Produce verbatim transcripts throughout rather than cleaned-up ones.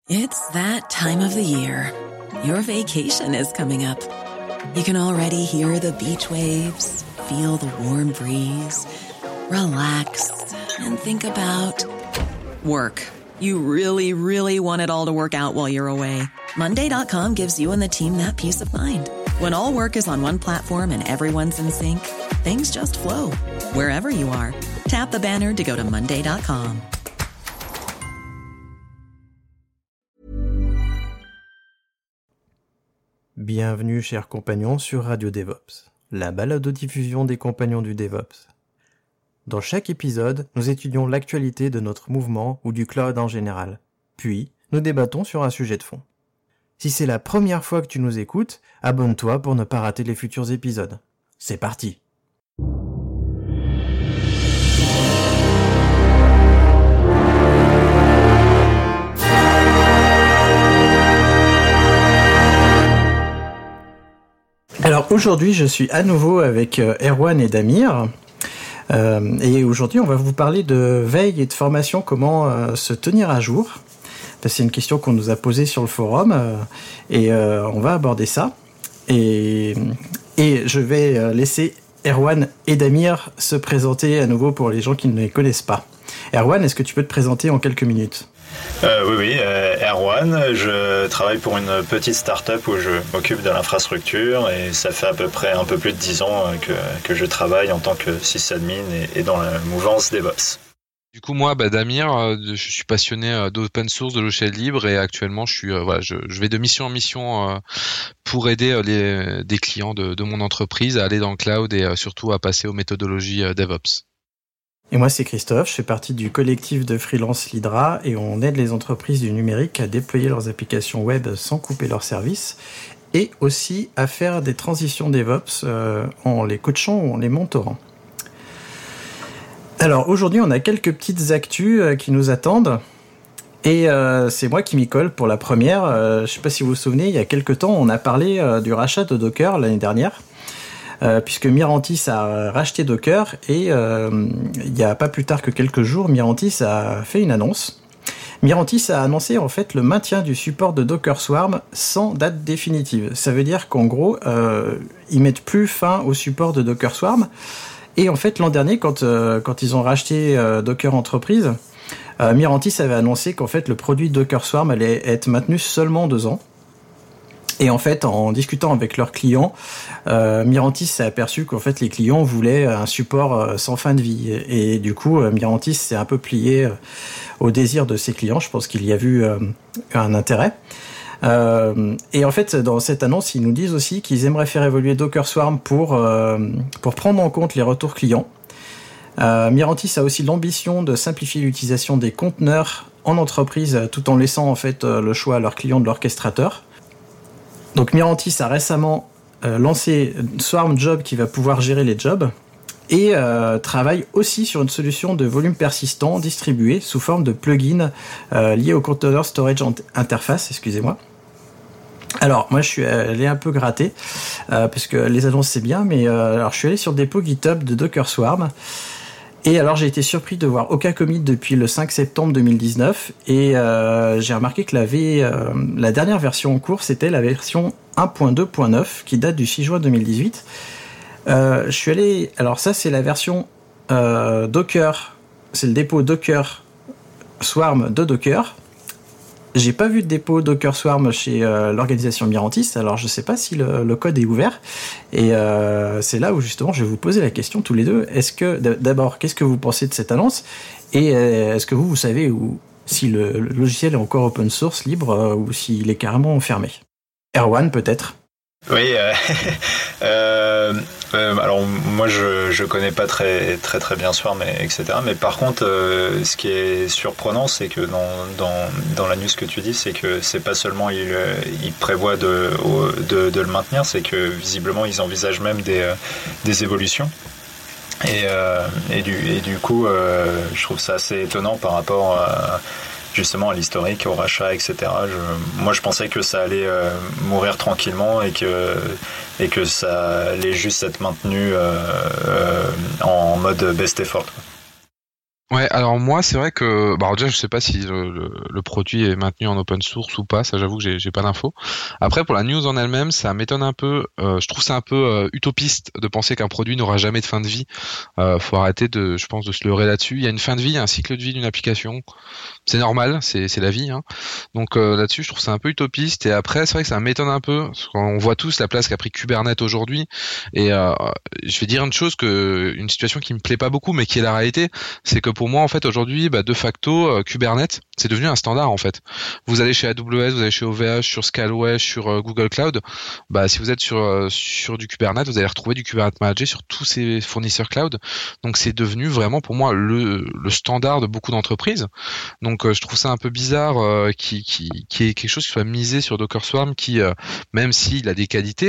It's that time of the year. Your vacation is coming up. You can already hear the beach waves, feel the warm breeze, relax, and think about work. You really, really want it all to work out while you're away. Monday dot com gives you and the team that peace of mind. When all work is on one platform and everyone's in sync, things just flow. Wherever you are, tap the banner to go to Monday dot com. Bienvenue chers compagnons sur Radio DevOps, la balado-diffusion des compagnons du DevOps. Dans chaque épisode, nous étudions l'actualité de notre mouvement ou du cloud en général. Puis, nous débattons sur un sujet de fond. Si c'est la première fois que tu nous écoutes, abonne-toi pour ne pas rater les futurs épisodes. C'est parti! Alors aujourd'hui, je suis à nouveau avec euh, Erwan et Damir. Euh, et aujourd'hui, on va vous parler de veille et de formation, comment euh, se tenir à jour. C'est une question qu'on nous a posée sur le forum euh, et euh, on va aborder ça. Et, et je vais laisser Erwan et Damir se présenter à nouveau pour les gens qui ne les connaissent pas. Erwan, est-ce que tu peux te présenter en quelques minutes ? Euh, oui, oui, euh, Erwan, je travaille pour une petite start-up où je m'occupe de l'infrastructure et ça fait à peu près un peu plus de dix ans que, que je travaille en tant que sysadmin et, et dans la mouvance DevOps. Du coup, moi, bah, Damir, euh, je suis passionné euh, d'open source, de logiciels libres et actuellement, je suis, euh, voilà, je, je vais de mission en mission euh, pour aider euh, les, des clients de, de mon entreprise à aller dans le cloud et euh, surtout à passer aux méthodologies euh, DevOps. Et moi, c'est Christophe, je fais partie du collectif de freelance Lidra et on aide les entreprises du numérique à déployer leurs applications web sans couper leurs services et aussi à faire des transitions DevOps euh, en les coachant ou en les mentorant. Alors aujourd'hui, on a quelques petites actus euh, qui nous attendent et euh, c'est moi qui m'y colle pour la première. Euh, je ne sais pas si vous vous souvenez, il y a quelques temps, on a parlé euh, du rachat de Docker l'année dernière. Euh, puisque Mirantis a racheté Docker et euh, il n'y a pas plus tard que quelques jours, Mirantis a fait une annonce. Mirantis a annoncé en fait le maintien du support de Docker Swarm sans date définitive. Ça veut dire qu'en gros, euh, ils mettent plus fin au support de Docker Swarm. Et en fait, l'an dernier, quand euh, quand ils ont racheté euh, Docker Entreprise, euh, Mirantis avait annoncé qu'en fait le produit Docker Swarm allait être maintenu seulement deux ans. Et en fait, en discutant avec leurs clients, euh, Mirantis s'est aperçu qu'en fait les clients voulaient un support euh, sans fin de vie. Et, et du coup, euh, Mirantis s'est un peu plié euh, au désir de ses clients. Je pense qu'il y a vu euh, un intérêt. Euh, et en fait, dans cette annonce, ils nous disent aussi qu'ils aimeraient faire évoluer Docker Swarm pour euh, pour prendre en compte les retours clients. Euh, Mirantis a aussi l'ambition de simplifier l'utilisation des conteneurs en entreprise, tout en laissant en fait le choix à leurs clients de l'orchestrateur. Donc Mirantis a récemment euh, lancé Swarm Job qui va pouvoir gérer les jobs et euh, travaille aussi sur une solution de volume persistant distribué sous forme de plugin euh, lié au Container Storage Interface, excusez-moi. Alors moi je suis allé un peu gratter euh, parce que les annonces c'est bien, mais euh, alors je suis allé sur le dépôt GitHub de Docker Swarm. Et alors j'ai été surpris de voir aucun commit depuis le cinq septembre deux mille dix-neuf et euh, j'ai remarqué que la, v, euh, la dernière version en cours c'était la version un point deux point neuf qui date du six juin deux mille dix-huit. Euh, je suis allé, alors ça c'est la version euh, Docker, c'est le dépôt Docker Swarm de Docker. J'ai pas vu de dépôt Docker Swarm chez euh, l'organisation Mirantis, alors je sais pas si le, le code est ouvert. Et euh, c'est là où justement je vais vous poser la question tous les deux. Est-ce que d'abord, qu'est-ce que vous pensez de cette annonce ? Et euh, est-ce que vous, vous savez où, si le, le logiciel est encore open source, libre, euh, ou s'il est carrément fermé ? Erwan, peut-être ? Oui, euh, euh, euh, alors moi je je connais pas très très très bien Swarm et etc. Mais par contre, euh, ce qui est surprenant, c'est que dans dans dans la news que tu dis, c'est que c'est pas seulement il il prévoit de de de le maintenir, c'est que visiblement ils envisagent même des des évolutions. Et euh, et du et du coup, euh, je trouve ça assez étonnant par rapport à justement à l'historique, au rachat, et cetera. Je, moi, je pensais que ça allait euh, mourir tranquillement et que et que ça allait juste être maintenu euh, euh, en mode best effort. Ouais, alors moi c'est vrai que bah déjà je sais pas si le, le, le produit est maintenu en open source ou pas, ça j'avoue que j'ai, j'ai pas d'infos. Après pour la news en elle-même, ça m'étonne un peu. Euh, je trouve ça un peu euh, utopiste de penser qu'un produit n'aura jamais de fin de vie. Euh, faut arrêter de, je pense, de se leurrer là-dessus. Il y a une fin de vie, il y a un cycle de vie d'une application. C'est normal, c'est c'est la vie. Hein. Donc euh, là-dessus je trouve ça un peu utopiste. Et après c'est vrai que ça m'étonne un peu parce qu'on voit tous la place qu'a pris Kubernetes aujourd'hui. Et euh, je vais dire une chose que une situation qui me plaît pas beaucoup, mais qui est la réalité, c'est que pour moi, en fait, aujourd'hui, bah, de facto, euh, Kubernetes, c'est devenu un standard, en fait. Vous allez chez A W S, vous allez chez O V H, sur Scaleway, sur euh, Google Cloud. Bah, si vous êtes sur euh, sur du Kubernetes, vous allez retrouver du Kubernetes Manager sur tous ces fournisseurs cloud. Donc, c'est devenu vraiment, pour moi, le le standard de beaucoup d'entreprises. Donc, euh, je trouve ça un peu bizarre euh, qui qui qui est quelque chose qui soit misé sur Docker Swarm, qui euh, même s'il a des qualités,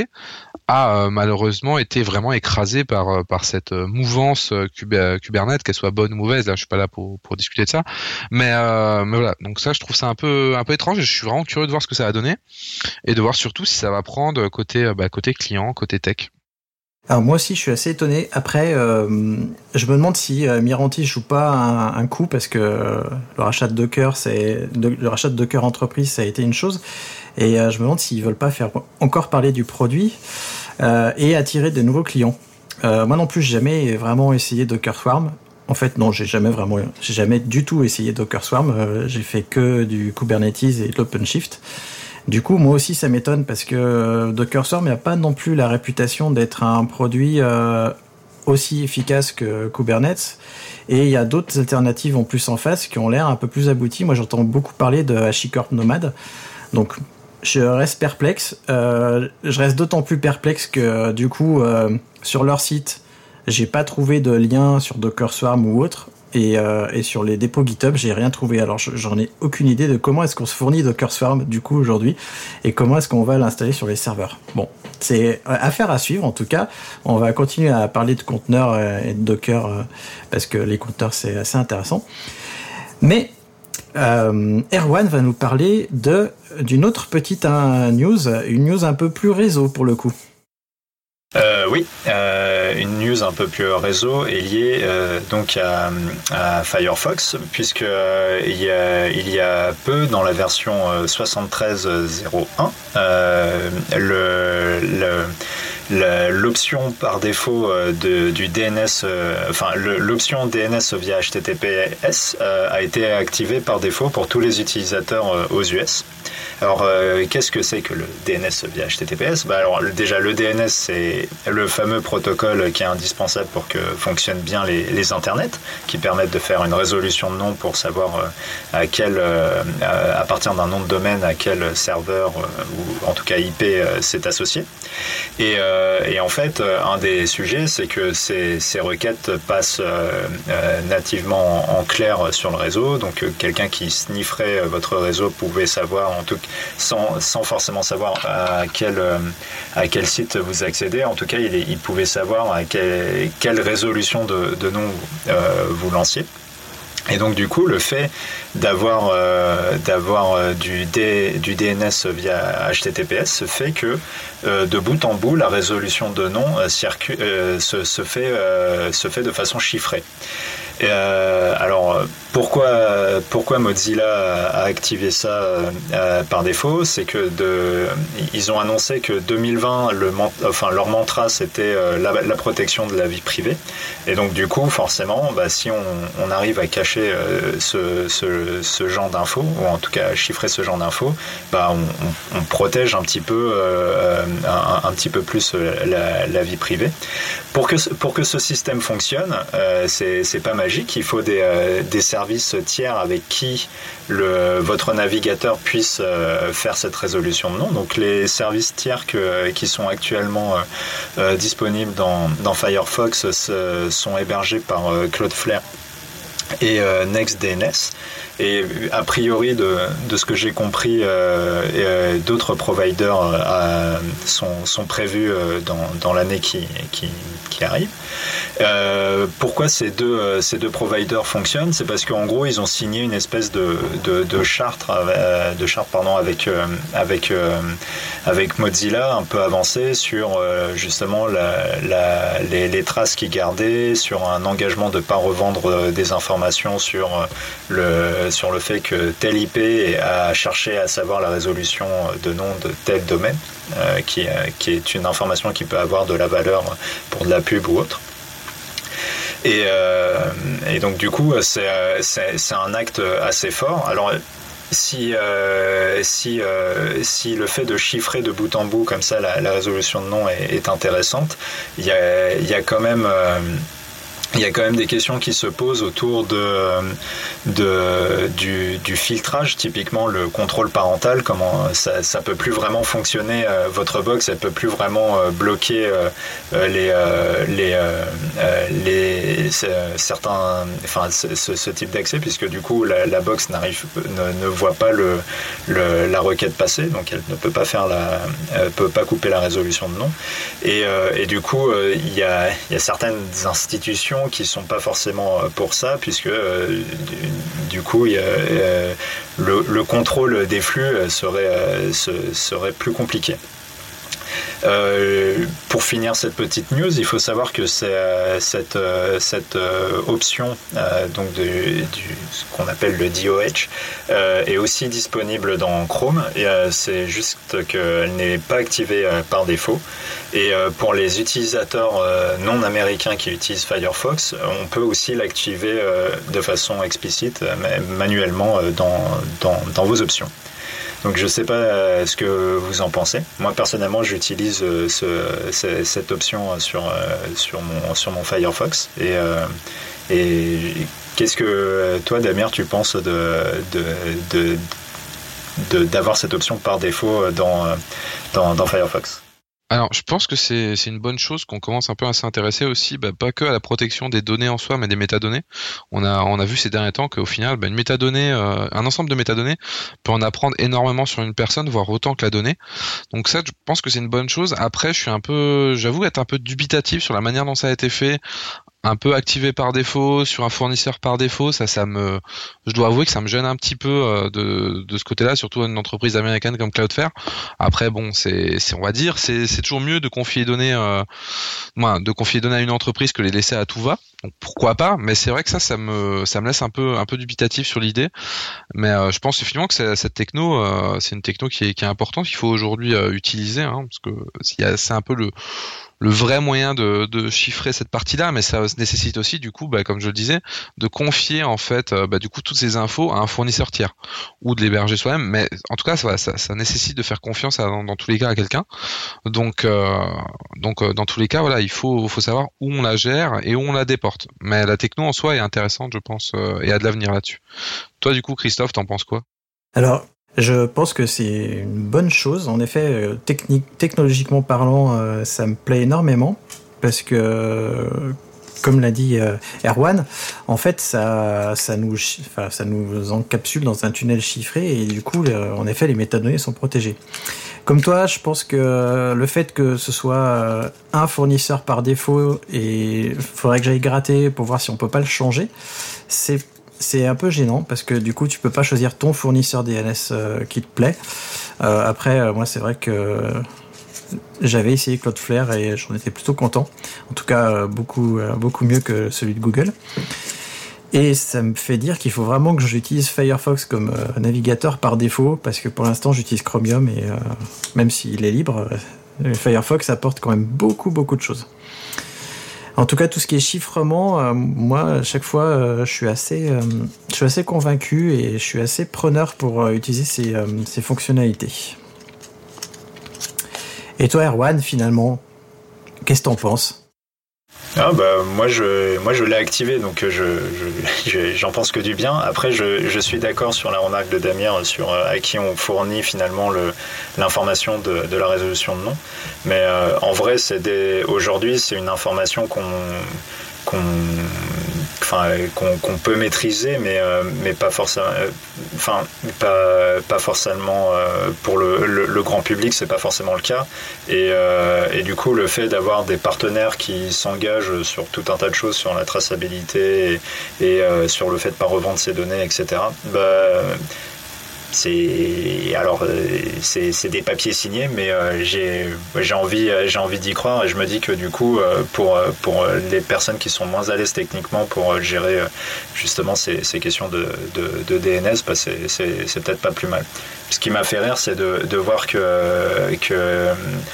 a euh, malheureusement été vraiment écrasé par euh, par cette euh, mouvance euh, Kub- Kubernetes, qu'elle soit bonne ou mauvaise. Là, je suis pas là pour pour discuter de ça, mais euh, mais voilà. Donc ça, je trouve ça un peu un peu étrange. Et je suis vraiment curieux de voir ce que ça va donner et de voir surtout si ça va prendre côté euh, bah, côté client, côté tech. Alors moi aussi, je suis assez étonné. Après, euh, je me demande si euh, Mirantis joue pas un, un coup parce que euh, le rachat de Docker, c'est de, le rachat de Docker Entreprise, ça a été une chose. Et euh, je me demande s'ils veulent pas faire encore parler du produit euh, et attirer de nouveaux clients. Euh, moi non plus, j'ai jamais vraiment essayé Docker Swarm. En fait, non, j'ai jamais vraiment, j'ai jamais du tout essayé Docker Swarm. Euh, j'ai fait que du Kubernetes et de l'OpenShift. Du coup, moi aussi, ça m'étonne parce que Docker Swarm n'a pas non plus la réputation d'être un produit euh, aussi efficace que Kubernetes. Et il y a d'autres alternatives en plus en face qui ont l'air un peu plus abouties. Moi, j'entends beaucoup parler de HashiCorp Nomad. Donc, je reste perplexe. Euh, je reste d'autant plus perplexe que, du coup, euh, sur leur site, j'ai pas trouvé de lien sur Docker Swarm ou autre. Et, euh, et sur les dépôts GitHub, j'ai rien trouvé. Alors, j'en ai aucune idée de comment est-ce qu'on se fournit Docker Swarm du coup aujourd'hui et comment est-ce qu'on va l'installer sur les serveurs. Bon, c'est affaire à suivre en tout cas. On va continuer à parler de conteneurs et de Docker euh, parce que les conteneurs c'est assez intéressant. Mais euh, Erwan va nous parler de d'une autre petite hein, news, une news un peu plus réseau pour le coup. Euh, oui, euh, une news un peu plus réseau est liée euh, donc à, à Firefox, puisque euh, il, y a, il y a peu dans la version euh, soixante-treize zéro un, euh, le, le l'option par défaut de, du D N S, euh, enfin le, l'option D N S via H T T P S euh, a été activée par défaut pour tous les utilisateurs euh, aux U S. Alors, euh, qu'est-ce que c'est que le D N S via H T T P S ? Bah alors, déjà, le D N S, c'est le fameux protocole qui est indispensable pour que fonctionnent bien les, les internets, qui permettent de faire une résolution de nom pour savoir euh, à quel, euh, à partir d'un nom de domaine, à quel serveur euh, ou en tout cas I P euh, c'est associé. Et, euh, et en fait, un des sujets, c'est que ces, ces requêtes passent euh, euh, nativement en, en clair sur le réseau. Donc, euh, quelqu'un qui snifferait votre réseau pouvait savoir, en tout cas, sans, sans forcément savoir à quel, euh, à quel site vous accédez. En tout cas, il, il pouvait savoir à quelle, quelle résolution de, de nom euh, vous lanciez. Et donc du coup, le fait d'avoir euh, d'avoir euh, du, D, du D N S via H T T P S fait que euh, de bout en bout, la résolution de nom euh, circule, euh, se, se fait euh, se fait de façon chiffrée. Et euh, alors pourquoi pourquoi Mozilla a activé ça euh, par défaut, c'est que de ils ont annoncé que deux mille vingt le enfin leur mantra c'était euh, la, la protection de la vie privée, et donc du coup forcément bah, si on, on arrive à cacher euh, ce, ce ce genre d'infos, ou en tout cas à chiffrer ce genre d'infos, bah on, on, on protège un petit peu euh, un, un petit peu plus la, la vie privée. Pour que pour que ce système fonctionne, euh, c'est c'est pas magique. Il faut des, euh, des services tiers avec qui le, votre navigateur puisse euh, faire cette résolution de nom. Donc les services tiers que, qui sont actuellement euh, euh, disponibles dans, dans Firefox euh, sont hébergés par euh, Cloudflare et euh, NextDNS. Et a priori, de, de ce que j'ai compris, euh, euh, d'autres providers euh, sont, sont prévus euh, dans, dans l'année qui, qui, qui arrive. Euh, pourquoi ces deux, ces deux providers fonctionnent? C'est parce qu'en gros, ils ont signé une espèce de, de, de charte, euh, de charte pardon, avec, euh, avec, euh, avec Mozilla un peu avancée sur euh, justement la, la, les, les traces qu'ils gardaient, sur un engagement de ne pas revendre des informations sur le, sur le fait que tel I P a cherché à savoir la résolution de nom de tel domaine, euh, qui, qui est une information qui peut avoir de la valeur pour de la pub ou autre. Et, euh, et donc du coup c'est, c'est, c'est un acte assez fort. Alors si, euh, si, euh, si le fait de chiffrer de bout en bout comme ça la, la résolution de nom est, est intéressante, il y a, il y a quand même euh, il y a quand même des questions qui se posent autour de, de du, du filtrage, typiquement le contrôle parental, comment ça, ça peut plus vraiment fonctionner, euh, votre box, elle peut plus vraiment euh, bloquer euh, les, euh, les, euh, les euh, certains, enfin ce, ce, ce type d'accès, puisque du coup la, la box n'arrive, ne, ne voit pas le, le, la requête passer, donc elle ne peut pas faire la, elle peut pas couper la résolution de nom, et, euh, et du coup euh, il y a, il y a certaines institutions qui sont pas forcément pour ça, puisque euh, du, du coup il y a, euh, le, le contrôle des flux serait, euh, se, serait plus compliqué. Euh, pour finir cette petite news, il faut savoir que c'est, euh, cette, euh, cette euh, option euh, donc de, du, ce qu'on appelle le D O H euh, est aussi disponible dans Chrome, et euh, c'est juste qu'elle n'est pas activée euh, par défaut. Et euh, pour les utilisateurs euh, non américains qui utilisent Firefox, on peut aussi l'activer euh, de façon explicite, euh, manuellement euh, dans, dans, dans vos options. Donc je ne sais pas euh, ce que vous en pensez. Moi personnellement, j'utilise euh, ce, ce, cette option sur, euh, sur, mon, sur mon Firefox. Et, euh, et qu'est-ce que toi, Damir, tu penses de, de, de, de, d'avoir cette option par défaut dans, dans, dans Firefox ? Alors, je pense que c'est c'est une bonne chose qu'on commence un peu à s'intéresser aussi, bah, pas que à la protection des données en soi, mais des métadonnées. On a on a vu ces derniers temps qu'au final, bah, une métadonnée, euh, un ensemble de métadonnées peut en apprendre énormément sur une personne, voire autant que la donnée. Donc ça, je pense que c'est une bonne chose. Après, je suis un peu, j'avoue être un peu dubitatif sur la manière dont ça a été fait. Un peu activé par défaut sur un fournisseur par défaut, ça, ça me, je dois avouer que ça me gêne un petit peu euh, de de ce côté-là, surtout une entreprise américaine comme Cloudflare. Après, bon, c'est, c'est on va dire, c'est c'est toujours mieux de confier les données, euh, moi, de confier les données à une entreprise que les laisser à tout va. Donc pourquoi pas, mais c'est vrai que ça, ça me, ça me laisse un peu, un peu dubitatif sur l'idée. Mais euh, je pense finalement que c'est, cette techno, euh, c'est une techno qui est, qui est importante, qu'il faut aujourd'hui euh, utiliser, hein, parce que s'il y a, c'est un peu le le vrai moyen de, de chiffrer cette partie-là, mais ça nécessite aussi, du coup, bah, comme je le disais, de confier en fait, bah, du coup, toutes ces infos à un fournisseur tiers ou de l'héberger soi-même. Mais en tout cas, ça, ça, ça nécessite de faire confiance à, dans, dans tous les cas à quelqu'un. Donc, euh, donc, euh, dans tous les cas, voilà, il faut, faut savoir où on la gère et où on la déporte. Mais la techno en soi est intéressante, je pense, euh, et a de l'avenir là-dessus. Toi, du coup, Christophe, t'en penses quoi ? Alors, je pense que c'est une bonne chose. En effet, technique, technologiquement parlant, euh, ça me plaît énormément parce que, euh, comme l'a dit euh, Erwan, en fait, ça, ça, nous, enfin, ça nous encapsule dans un tunnel chiffré et du coup, euh, en effet, les métadonnées sont protégées. Comme toi, je pense que le fait que ce soit un fournisseur par défaut et il faudrait que j'aille gratter pour voir si on peut pas le changer, c'est C'est un peu gênant parce que du coup tu peux pas choisir ton fournisseur D N S euh, qui te plaît. Euh, après euh, moi c'est vrai que j'avais essayé Cloudflare et j'en étais plutôt content. En tout cas euh, beaucoup euh, beaucoup mieux que celui de Google. Et ça me fait dire qu'il faut vraiment que j'utilise Firefox comme euh, navigateur par défaut parce que pour l'instant j'utilise Chromium et euh, même s'il est libre, euh, Firefox apporte quand même beaucoup beaucoup de choses. En tout cas, tout ce qui est chiffrement, euh, moi, à chaque fois, euh, je suis assez, euh, je suis assez convaincu et je suis assez preneur pour euh, utiliser ces, euh, ces fonctionnalités. Et toi, Erwan, finalement, qu'est-ce que t'en penses ? Ah bah moi je moi je l'ai activé, donc je, je, je j'en pense que du bien. Après je je suis d'accord sur la remarque de Damir sur euh, à qui on fournit finalement le l'information de de la résolution de nom. Mais euh, en vrai c'est des aujourd'hui c'est une information qu'on qu'on enfin qu'on, qu'on peut maîtriser, mais euh, mais pas forcément, enfin pas pas forcément euh, pour le, le, le grand public, c'est pas forcément le cas. Et euh, et du coup, le fait d'avoir des partenaires qui s'engagent sur tout un tas de choses, sur la traçabilité et, et euh, sur le fait de pas revendre ces données, et cetera. Bah, c'est alors c'est, c'est des papiers signés, mais euh, j'ai j'ai envie j'ai envie d'y croire, et je me dis que du coup euh, pour pour les personnes qui sont moins à l'aise techniquement pour gérer justement ces, ces questions de, de, de D N S, bah c'est, c'est c'est peut-être pas plus mal. Ce qui m'a fait rire, c'est de de voir que que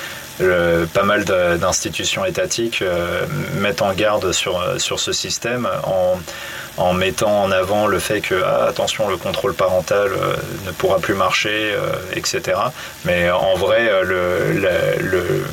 Le, pas mal de, d'institutions étatiques euh, mettent en garde sur, sur ce système en, en mettant en avant le fait que ah, attention, le contrôle parental euh, ne pourra plus marcher, euh, et cetera. Mais en vrai, le, la, le,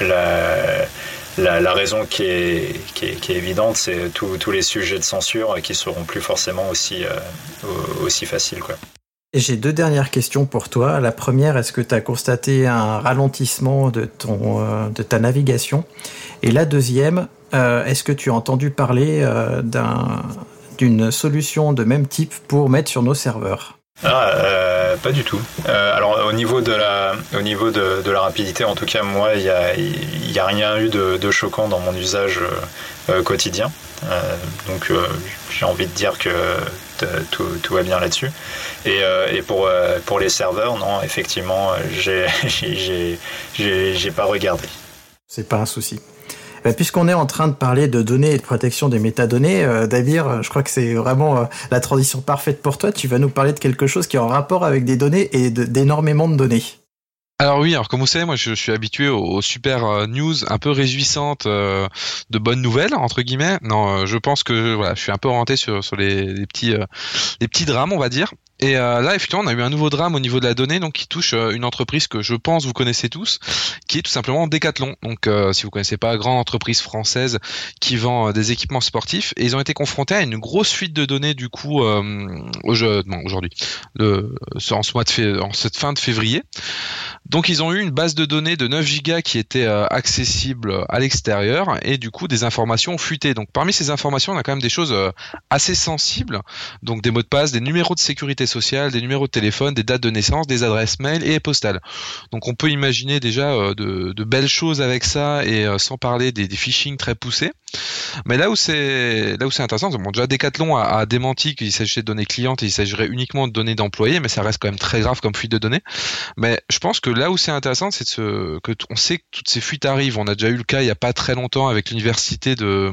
la, la, la raison qui est, qui est, qui est évidente, c'est tous les sujets de censure qui seront plus forcément aussi, euh, aussi faciles, quoi. J'ai deux dernières questions pour toi. La première, est-ce que tu as constaté un ralentissement de, ton, euh, de ta navigation ? Et la deuxième, euh, est-ce que tu as entendu parler euh, d'un, d'une solution de même type pour mettre sur nos serveurs ? Ah, euh, pas du tout. Euh, alors au niveau de la, au niveau de, de la rapidité, en tout cas moi, il y a, il y a rien eu de, de choquant dans mon usage euh, quotidien. Euh, donc euh, j'ai envie de dire que tout, tout va bien là-dessus. Et, euh, et pour euh, pour les serveurs, non, effectivement, j'ai j'ai j'ai, j'ai pas regardé. C'est pas un souci. Ben, puisqu'on est en train de parler de données et de protection des métadonnées, euh, Dabir, je crois que c'est vraiment euh, la transition parfaite pour toi. Tu vas nous parler de quelque chose qui est en rapport avec des données et de, d'énormément de données. Alors oui, alors comme vous savez, moi je, je suis habitué aux, aux super euh, news un peu réjouissantes euh, de bonnes nouvelles entre guillemets. Non, euh, je pense que voilà, je suis un peu orienté sur sur les, les petits euh, les petits drames, on va dire. Et euh, là, effectivement, on a eu un nouveau drame au niveau de la donnée, donc qui touche euh, une entreprise que je pense vous connaissez tous, qui est tout simplement Decathlon. Donc, euh, si vous connaissez pas, grande entreprise française qui vend euh, des équipements sportifs, et ils ont été confrontés à une grosse fuite de données du coup euh, au jeu, non, aujourd'hui, le, en ce mois de fév- en cette fin de février. Donc, ils ont eu une base de données de neuf gigas qui était euh, accessible à l'extérieur, et du coup, des informations ont fuité. Donc, parmi ces informations, on a quand même des choses euh, assez sensibles, donc des mots de passe, des numéros de sécurité sociale, des numéros de téléphone, des dates de naissance, des adresses mail et postales. Donc on peut imaginer déjà euh, de, de belles choses avec ça, et euh, sans parler des, des phishing très poussés. Mais là où c'est là où c'est intéressant, bon, déjà Decathlon a, a démenti qu'il s'agissait de données clientes et il s'agirait uniquement de données d'employés, mais ça reste quand même très grave comme fuite de données. Mais je pense que là où c'est intéressant, c'est de ce, que t- on sait que toutes ces fuites arrivent. On a déjà eu le cas il y a pas très longtemps avec l'université de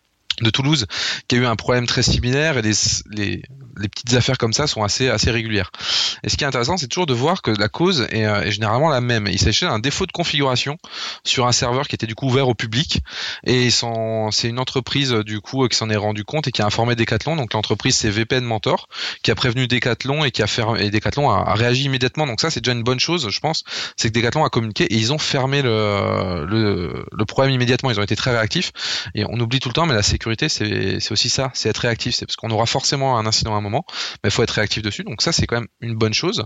de Toulouse, qui a eu un problème très similaire, et les, les, les petites affaires comme ça sont assez, assez régulières. Et ce qui est intéressant, c'est toujours de voir que la cause est, euh, est généralement la même. Il s'agissait d'un défaut de configuration sur un serveur qui était du coup ouvert au public, et sans, c'est une entreprise du coup qui s'en est rendu compte et qui a informé Decathlon. Donc l'entreprise c'est V P N Mentor, qui a prévenu Decathlon et qui a fermé, et Decathlon a, a réagi immédiatement. Donc ça c'est déjà une bonne chose, je pense. C'est que Decathlon a communiqué et ils ont fermé le, le, le problème immédiatement. Ils ont été très réactifs, et on oublie tout le temps, mais la sécurité c'est, c'est aussi ça, c'est être réactif. C'est parce qu'on aura forcément un incident à un moment, mais il faut être réactif dessus. Donc ça c'est quand même une bonne chose.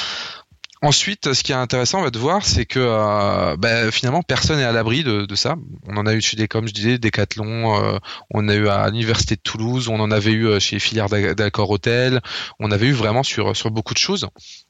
Ensuite, ce qui est intéressant, on va te voir, c'est que euh, bah, finalement personne n'est à l'abri de, de ça. On en a eu chez des, comme je disais, Decathlon, euh, on a eu à l'université de Toulouse, on en avait eu chez les filières d'Accor Hôtel, on avait eu vraiment sur sur beaucoup de choses.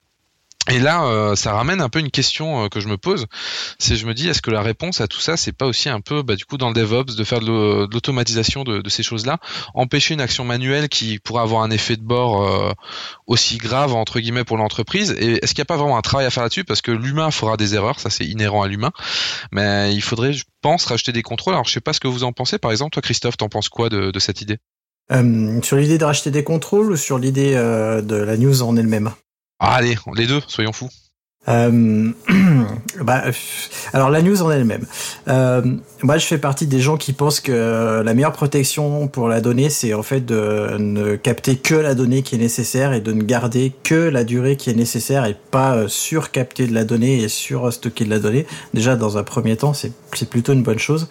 Et là, euh, ça ramène un peu une question euh, que je me pose, c'est je me dis, est-ce que la réponse à tout ça, c'est pas aussi un peu, bah, du coup, dans le DevOps, de faire de, l'au- de l'automatisation de, de ces choses-là, empêcher une action manuelle qui pourrait avoir un effet de bord euh, aussi grave, entre guillemets, pour l'entreprise. Et est-ce qu'il n'y a pas vraiment un travail à faire là-dessus, parce que l'humain fera des erreurs, ça c'est inhérent à l'humain, mais il faudrait, je pense, rajouter des contrôles. Alors je sais pas ce que vous en pensez, par exemple, toi Christophe, t'en penses quoi de, de cette idée ? Euh, sur l'idée de racheter des contrôles ou sur l'idée euh, de la news en elle-même ? Ah, allez, les deux, soyons fous. Euh, bah, alors la news en elle-même. Euh, moi, je fais partie des gens qui pensent que la meilleure protection pour la donnée, c'est en fait de ne capter que la donnée qui est nécessaire et de ne garder que la durée qui est nécessaire et pas surcapter de la donnée et surstocker de la donnée. Déjà, dans un premier temps, c'est, c'est plutôt une bonne chose.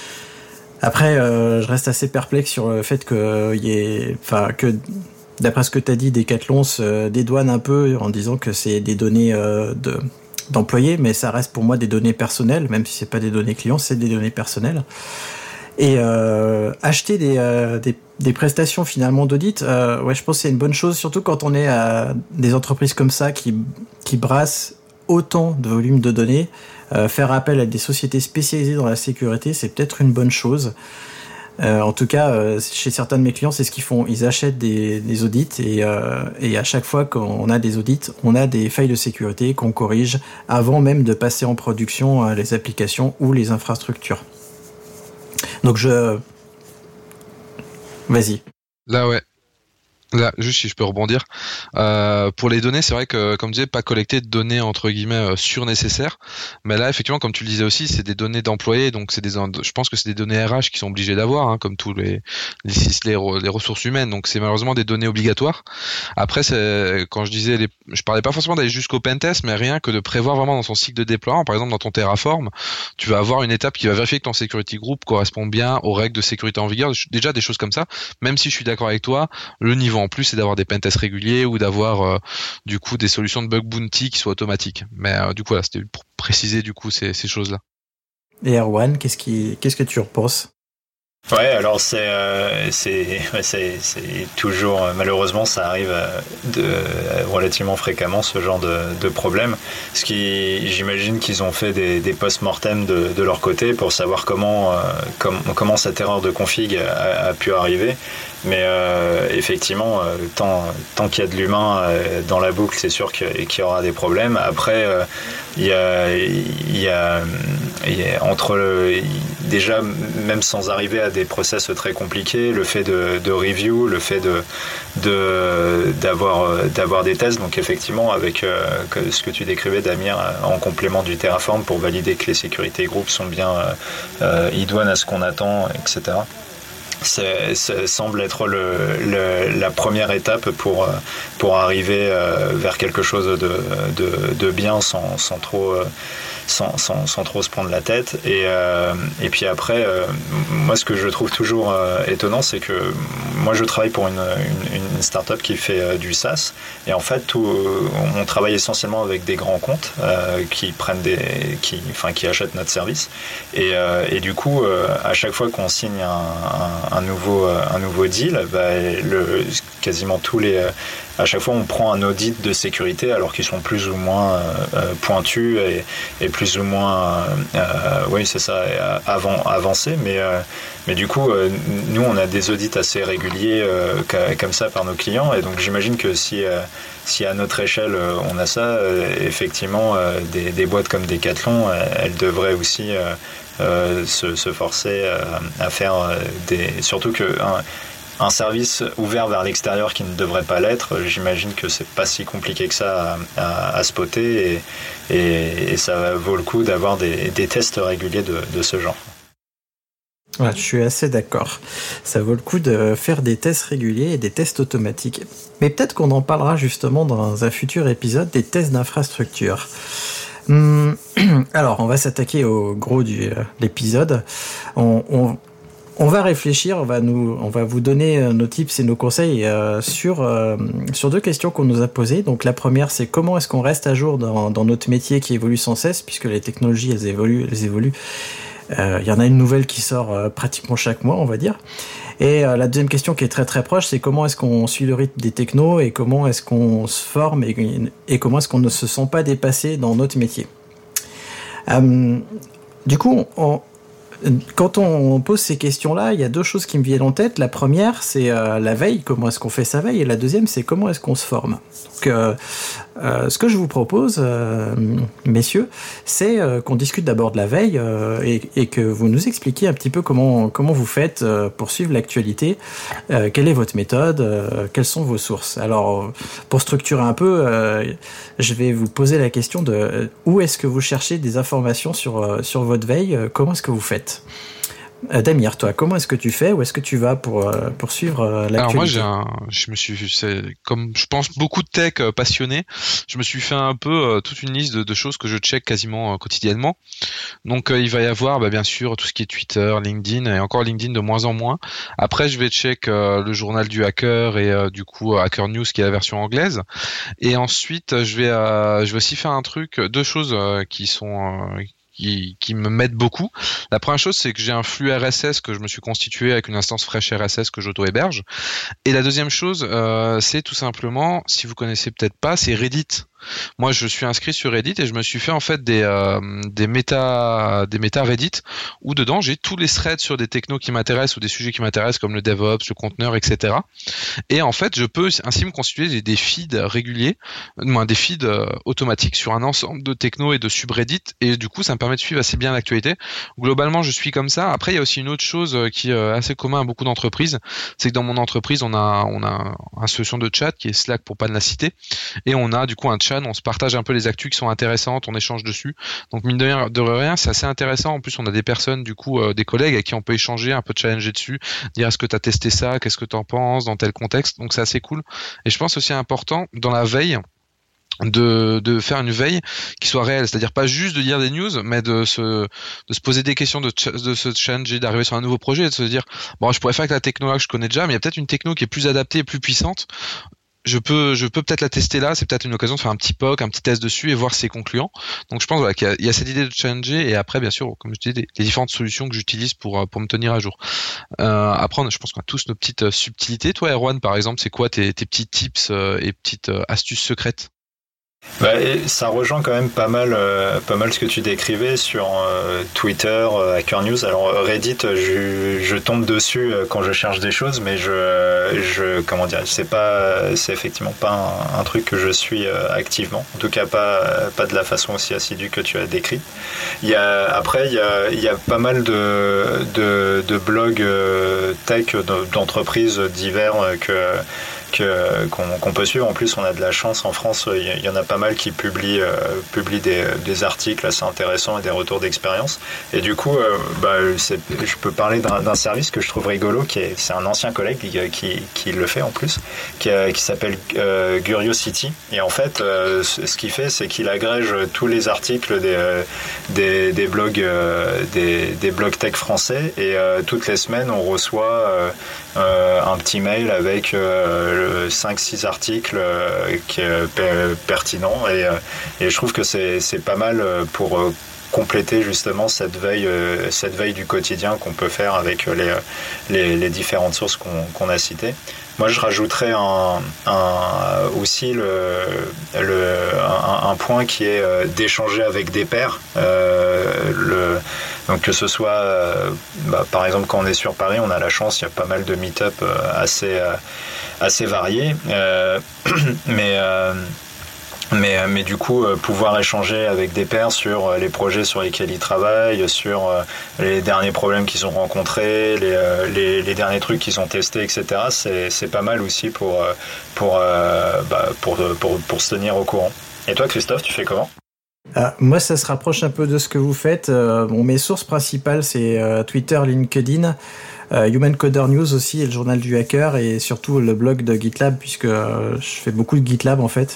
Après, euh, je reste assez perplexe sur le fait que y ait, enfin que d'après ce que tu as dit, Decathlon se dédouane un peu en disant que c'est des données euh, de, d'employés, mais ça reste pour moi des données personnelles, même si c'est pas des données clients, c'est des données personnelles. Et euh, acheter des, euh, des des prestations finalement d'audit, euh, ouais, je pense que c'est une bonne chose, surtout quand on est à des entreprises comme ça qui, qui brassent autant de volume de données. Euh, faire appel à des sociétés spécialisées dans la sécurité, c'est peut-être une bonne chose. Euh, en tout cas, euh, chez certains de mes clients, c'est ce qu'ils font. Ils achètent des, des audits et, euh, et à chaque fois qu'on a des audits, on a des failles de sécurité qu'on corrige avant même de passer en production euh, les applications ou les infrastructures. Donc je... Vas-y. Là, ouais. Là, juste si je peux rebondir, euh, pour les données, c'est vrai que, comme tu disais, pas collecter de données entre guillemets euh, surnécessaires, mais là, effectivement, comme tu le disais aussi, c'est des données d'employés, donc c'est des, je pense que c'est des données R H qui sont obligés d'avoir, hein, comme tous les les, les les ressources humaines, donc c'est malheureusement des données obligatoires. Après, c'est quand je disais, les, je parlais pas forcément d'aller jusqu'au pentest, mais rien que de prévoir vraiment dans son cycle de déploiement, par exemple dans ton Terraform, tu vas avoir une étape qui va vérifier que ton security group correspond bien aux règles de sécurité en vigueur, déjà des choses comme ça. Même si je suis d'accord avec toi, le niveau en plus, c'est d'avoir des pentests réguliers ou d'avoir euh, du coup des solutions de bug bounty qui soient automatiques. Mais euh, du coup, là, c'était pour préciser du coup ces, ces choses-là. Et Erwan, qu'est-ce qui, qu'est-ce que tu repenses ? Ouais, alors c'est euh, c'est, ouais, c'est c'est toujours malheureusement ça arrive euh, de euh, relativement fréquemment ce genre de, de problème. Ce qui j'imagine qu'ils ont fait des, des post-mortem de, de leur côté pour savoir comment euh, com, comment cette erreur de config a, a pu arriver. Mais euh, effectivement, euh, tant tant qu'il y a de l'humain euh, dans la boucle, c'est sûr qu'il, qu'il y aura des problèmes. Après, euh, il y a il y a, il y a entre le, déjà même sans arriver à des process très compliqués, le fait de, de review, le fait de, de d'avoir d'avoir des tests. Donc effectivement, avec euh, ce que tu décrivais, Damir, en complément du Terraform pour valider que les sécurités groupes sont bien euh, euh, idoines à ce qu'on attend, et cetera. C'est, ça semble être le, le, la première étape pour pour arriver euh, vers quelque chose de de, de bien sans sans trop euh, Sans, sans, sans trop se prendre la tête. Et, euh, et puis après, euh, moi, ce que je trouve toujours euh, étonnant, c'est que moi, je travaille pour une, une, une start-up qui fait euh, du SaaS. Et en fait, tout, on travaille essentiellement avec des grands comptes euh, qui prennent des, qui, enfin, qui achètent notre service. Et, euh, et du coup, euh, à chaque fois qu'on signe un, un, un nouveau, un nouveau deal, bah, le, quasiment tous les, à chaque fois, on prend un audit de sécurité, alors qu'ils sont plus ou moins euh, pointus et, et plus ou moins, euh, oui, c'est ça, avant, avancé. Mais, euh, mais du coup, euh, nous, on a des audits assez réguliers euh, comme ça par nos clients. Et donc, j'imagine que si, euh, si à notre échelle, on a ça, euh, effectivement, euh, des, des boîtes comme Decathlon, elles devraient aussi euh, euh, se, se forcer à, à faire des... Surtout que... Un, un service ouvert vers l'extérieur qui ne devrait pas l'être, j'imagine que c'est pas si compliqué que ça à, à, à spotter et, et, et ça vaut le coup d'avoir des, des tests réguliers de, de ce genre. Ouais, je suis assez d'accord. Ça vaut le coup de faire des tests réguliers et des tests automatiques. Mais peut-être qu'on en parlera justement dans un futur épisode des tests d'infrastructure. Hum, alors, on va s'attaquer au gros du, de l'épisode. On... on On va réfléchir, on va nous, on va vous donner nos tips et nos conseils euh, sur euh, sur deux questions qu'on nous a posées. Donc la première, c'est comment est-ce qu'on reste à jour dans, dans notre métier qui évolue sans cesse, puisque les technologies elles évoluent, elles évoluent. Euh, il y en a une nouvelle qui sort euh, pratiquement chaque mois, on va dire. Et euh, la deuxième question qui est très très proche, c'est comment est-ce qu'on suit le rythme des technos et comment est-ce qu'on se forme et, et comment est-ce qu'on ne se sent pas dépassé dans notre métier. Euh, du coup, on Quand on pose ces questions-là, il y a deux choses qui me viennent en tête. La première, c'est euh, la veille, comment est-ce qu'on fait sa veille, et la deuxième, c'est comment est-ce qu'on se forme. Donc, euh, euh, ce que je vous propose, euh, messieurs, c'est euh, qu'on discute d'abord de la veille euh, et, et que vous nous expliquiez un petit peu comment comment vous faites euh, pour suivre l'actualité, euh, quelle est votre méthode, euh, quelles sont vos sources. Alors, pour structurer un peu, euh, je vais vous poser la question de euh, où est-ce que vous cherchez des informations sur euh, sur votre veille, euh, comment est-ce que vous faites. Euh, Damir, toi, comment est-ce que tu fais? Où est-ce que tu vas pour euh, poursuivre euh, l'actualité? Alors moi, j'ai un, je me suis, c'est comme je pense beaucoup de tech euh, passionnés, je me suis fait un peu euh, toute une liste de, de choses que je check quasiment euh, quotidiennement. Donc euh, il va y avoir, bah, bien sûr, tout ce qui est Twitter, LinkedIn et encore LinkedIn de moins en moins. Après, je vais check euh, le journal du hacker et euh, du coup Hacker News qui est la version anglaise. Et ensuite, je vais, euh, je vais aussi faire un truc, deux choses euh, qui sont euh, qui, qui me m'aident beaucoup. La première chose, c'est que j'ai un flux R S S que je me suis constitué avec une instance Fresh R S S que j'auto-héberge. Et la deuxième chose, euh, c'est tout simplement, si vous connaissez peut-être pas, c'est Reddit. Moi, je suis inscrit sur Reddit et je me suis fait en fait des euh, des méta des méta Reddit où dedans j'ai tous les threads sur des technos qui m'intéressent ou des sujets qui m'intéressent comme le DevOps, le conteneur, et cetera. Et en fait, je peux ainsi me constituer des, des feeds réguliers, euh, des feeds euh, automatiques sur un ensemble de technos et de subreddits. Et du coup, ça me permet de suivre assez bien l'actualité. Globalement, je suis comme ça. Après, il y a aussi une autre chose qui est assez commun à beaucoup d'entreprises, c'est que dans mon entreprise, on a on a une solution de chat qui est Slack pour pas de la citer, et on a du coup un chat. On se partage un peu les actus qui sont intéressantes, on échange dessus. Donc mine de rien, de rien, c'est assez intéressant. En plus, on a des personnes, du coup, euh, des collègues avec qui on peut échanger, un peu challenger dessus, dire est-ce que tu as testé ça, qu'est-ce que tu en penses dans tel contexte. Donc c'est assez cool. Et je pense aussi important dans la veille de de faire une veille qui soit réelle, c'est-à-dire pas juste de lire des news, mais de se de se poser des questions, de de se challenger, d'arriver sur un nouveau projet et de se dire bon, je pourrais faire avec la techno là que je connais déjà, mais il y a peut-être une techno qui est plus adaptée et plus puissante. Je peux, je peux peut-être la tester là. C'est peut-être une occasion de faire un petit P O C, un petit test dessus et voir si c'est concluant. Donc, je pense voilà, qu'il y a, il y a cette idée de challenger et après, bien sûr, comme je disais, les, les différentes solutions que j'utilise pour pour me tenir à jour. Euh, après, je pense qu'on a tous nos petites subtilités. Toi, Erwan, par exemple, c'est quoi tes, tes petits tips et petites astuces secrètes? Bah, et ça rejoint quand même pas mal, euh, pas mal ce que tu décrivais sur euh, Twitter, euh, Hacker News. Alors Reddit, je, je tombe dessus euh, quand je cherche des choses, mais je, je comment dire, c'est pas, c'est effectivement pas un, un truc que je suis euh, activement. En tout cas, pas, pas de la façon aussi assidue que tu as décrit. Il y a, après, il y a, il y a pas mal de, de, de blogs euh, tech d'entreprises divers euh, que Que, qu'on, qu'on peut suivre. En plus, on a de la chance en France, il y, y en a pas mal qui publient, euh, publient des, des articles assez intéressants et des retours d'expérience. Et du coup, euh, bah, c'est, je peux parler d'un, d'un service que je trouve rigolo, qui est, c'est un ancien collègue qui, qui, qui le fait en plus, qui, qui s'appelle euh, Curiosity. Et en fait, euh, ce qu'il fait, c'est qu'il agrège tous les articles des, des, des blogs, euh, des, des blogs tech français. Et euh, toutes les semaines, on reçoit euh, euh, un petit mail avec euh, cinq six articles euh, qui est per- pertinent et, euh, et je trouve que c'est, c'est pas mal pour euh, compléter justement cette veille, euh, cette veille du quotidien qu'on peut faire avec les, les, les différentes sources qu'on, qu'on a citées. Moi, je rajouterais un, un, aussi le, le, un, un point qui est euh, d'échanger avec des pairs. Euh, le, donc que ce soit, euh, bah, par exemple, quand on est sur Paris, on a la chance, il y a pas mal de meet-up euh, assez, euh, assez variés. Euh, mais... Euh, Mais, mais du coup, euh, pouvoir échanger avec des pairs sur euh, les projets sur lesquels ils travaillent, sur euh, les derniers problèmes qu'ils ont rencontrés, les, euh, les, les derniers trucs qu'ils ont testés, et cetera. C'est, c'est pas mal aussi pour, euh, pour, euh, bah, pour, pour, pour se tenir au courant. Et toi, Christophe, tu fais comment ? Ah, moi, ça se rapproche un peu de ce que vous faites. Euh, bon, mes sources principales, c'est euh, Twitter, LinkedIn, euh, Human Coder News aussi, et le journal du hacker, et surtout le blog de GitLab, puisque euh, je fais beaucoup de GitLab en fait.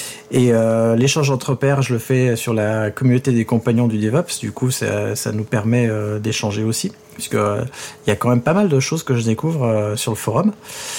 Et euh, l'échange entre pairs, je le fais sur la communauté des compagnons du DevOps. Du coup, ça, ça nous permet euh, d'échanger aussi, puisque euh, il y a quand même pas mal de choses que je découvre euh, sur le forum.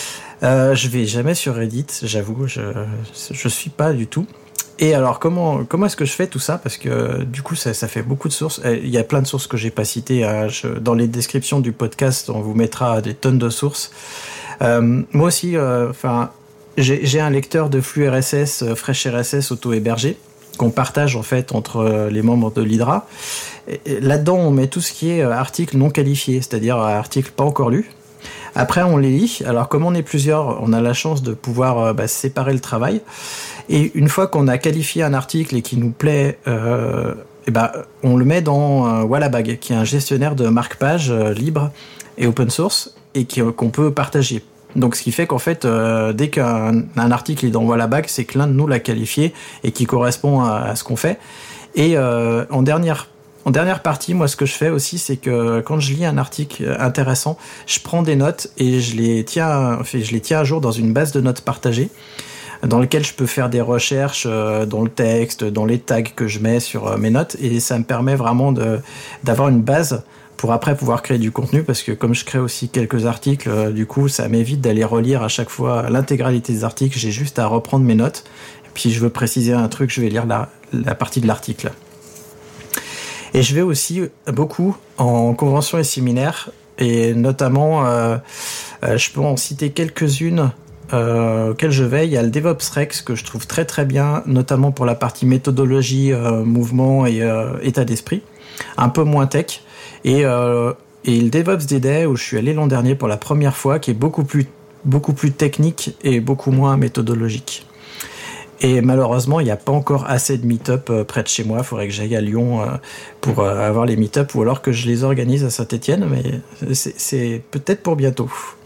Euh, je vais jamais sur Reddit, j'avoue, je je suis pas du tout. Et alors, comment comment est-ce que je fais tout ça ? Parce que du coup, ça, ça fait beaucoup de sources. Il y a plein de sources que j'ai pas citées. Hein. Je, dans les descriptions du podcast, on vous mettra des tonnes de sources. Euh, moi aussi, enfin. Euh, J'ai, j'ai un lecteur de flux R S S, euh, Fresh R S S auto-hébergé, qu'on partage en fait entre euh, les membres de l'Hydra. Et, et là-dedans, on met tout ce qui est euh, articles non qualifiés, c'est-à-dire euh, articles pas encore lus. Après, on les lit. Alors, comme on est plusieurs, on a la chance de pouvoir euh, bah, séparer le travail. Et une fois qu'on a qualifié un article et qu'il nous plaît, euh, et bah, on le met dans euh, Wallabag, qui est un gestionnaire de marque-page euh, libre et open source et qui, euh, qu'on peut partager. Donc, ce qui fait qu'en fait, euh, dès qu'un un article est dans Wallabag, c'est que l'un de nous l'a qualifié et qui correspond à, à ce qu'on fait. Et euh, en dernière en dernière partie, moi, ce que je fais aussi, c'est que quand je lis un article intéressant, je prends des notes et je les tiens, enfin, je les tiens à jour dans une base de notes partagée, dans lequel je peux faire des recherches euh, dans le texte, dans les tags que je mets sur euh, mes notes, et ça me permet vraiment de d'avoir une base pour après pouvoir créer du contenu, parce que comme je crée aussi quelques articles, euh, du coup, ça m'évite d'aller relire à chaque fois l'intégralité des articles. J'ai juste à reprendre mes notes. Et puis, je veux préciser un truc, je vais lire la, la partie de l'article. Et je vais aussi beaucoup en conventions et séminaires, et notamment, euh, euh, je peux en citer quelques-unes euh, auxquelles je vais. Il y a le DevOps Rex que je trouve très très bien, notamment pour la partie méthodologie, euh, mouvement et euh, état d'esprit, un peu moins tech. Et, euh, et le DevOps Day où je suis allé l'an dernier pour la première fois, qui est beaucoup plus, beaucoup plus technique et beaucoup moins méthodologique. Et malheureusement, il n'y a pas encore assez de meet-up près de chez moi. Il faudrait que j'aille à Lyon pour avoir les meet-up, ou alors que je les organise à Saint-Étienne, mais c'est, c'est peut-être pour bientôt.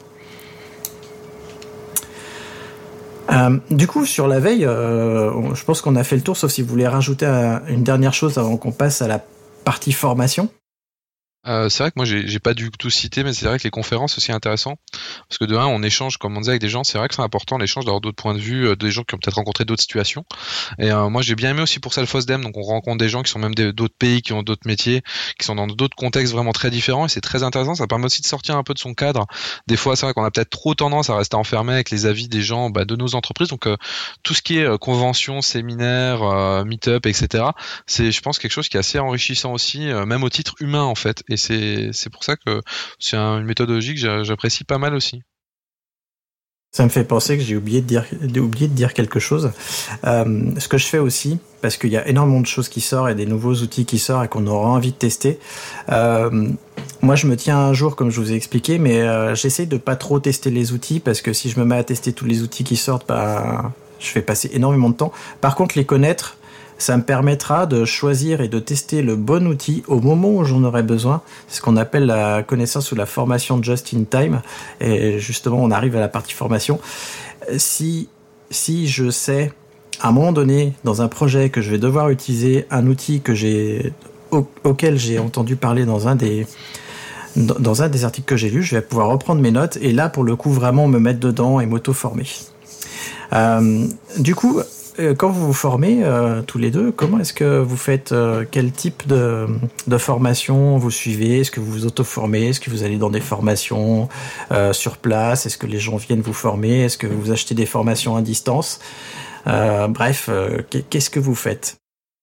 Euh, du coup, sur la veille, euh, je pense qu'on a fait le tour, sauf si vous voulez rajouter une dernière chose avant qu'on passe à la partie formation. Euh, c'est vrai que moi j'ai, j'ai pas du tout cité, mais c'est vrai que les conférences aussi intéressant parce que de un on échange, comme on disait, avec des gens. C'est vrai que c'est important l'échange, d'avoir d'autres points de vue, euh, des gens qui ont peut-être rencontré d'autres situations. Et euh, moi j'ai bien aimé aussi pour ça le FOSDEM, donc on rencontre des gens qui sont même des, d'autres pays, qui ont d'autres métiers, qui sont dans d'autres contextes vraiment très différents, et c'est très intéressant. Ça permet aussi de sortir un peu de son cadre. Des fois c'est vrai qu'on a peut-être trop tendance à rester enfermé avec les avis des gens bah, de nos entreprises. Donc euh, tout ce qui est euh, convention, séminaire, euh, meet-up, et cetera. C'est, je pense, quelque chose qui est assez enrichissant aussi, euh, même au titre humain en fait. Et c'est c'est pour ça que c'est un, une méthodologie que j'apprécie pas mal aussi. Ça me fait penser que j'ai oublié de dire, oublié de dire quelque chose. Euh, ce que je fais aussi, parce qu'il y a énormément de choses qui sortent et des nouveaux outils qui sortent et qu'on aura envie de tester. Euh, moi, je me tiens un jour, comme je vous ai expliqué, mais euh, j'essaie de pas trop tester les outils, parce que si je me mets à tester tous les outils qui sortent, bah, je vais passer énormément de temps. Par contre, les connaître, ça me permettra de choisir et de tester le bon outil au moment où j'en aurai besoin. C'est ce qu'on appelle la connaissance ou la formation just in time. Et justement, on arrive à la partie formation. Si, si je sais, à un moment donné, dans un projet, que je vais devoir utiliser un outil que j'ai, au, auquel j'ai entendu parler dans un des, dans un des articles que j'ai lus, je vais pouvoir reprendre mes notes et là, pour le coup, vraiment me mettre dedans et m'auto-former. Euh, du coup, quand vous vous formez euh, tous les deux, comment est-ce que vous faites, euh, quel type de, de formation vous suivez? Est-ce que vous vous auto-formez? Est-ce que vous allez dans des formations euh, sur place? Est-ce que les gens viennent vous former? Est-ce que vous achetez des formations à distance? euh, Bref, euh, qu'est-ce que vous faites?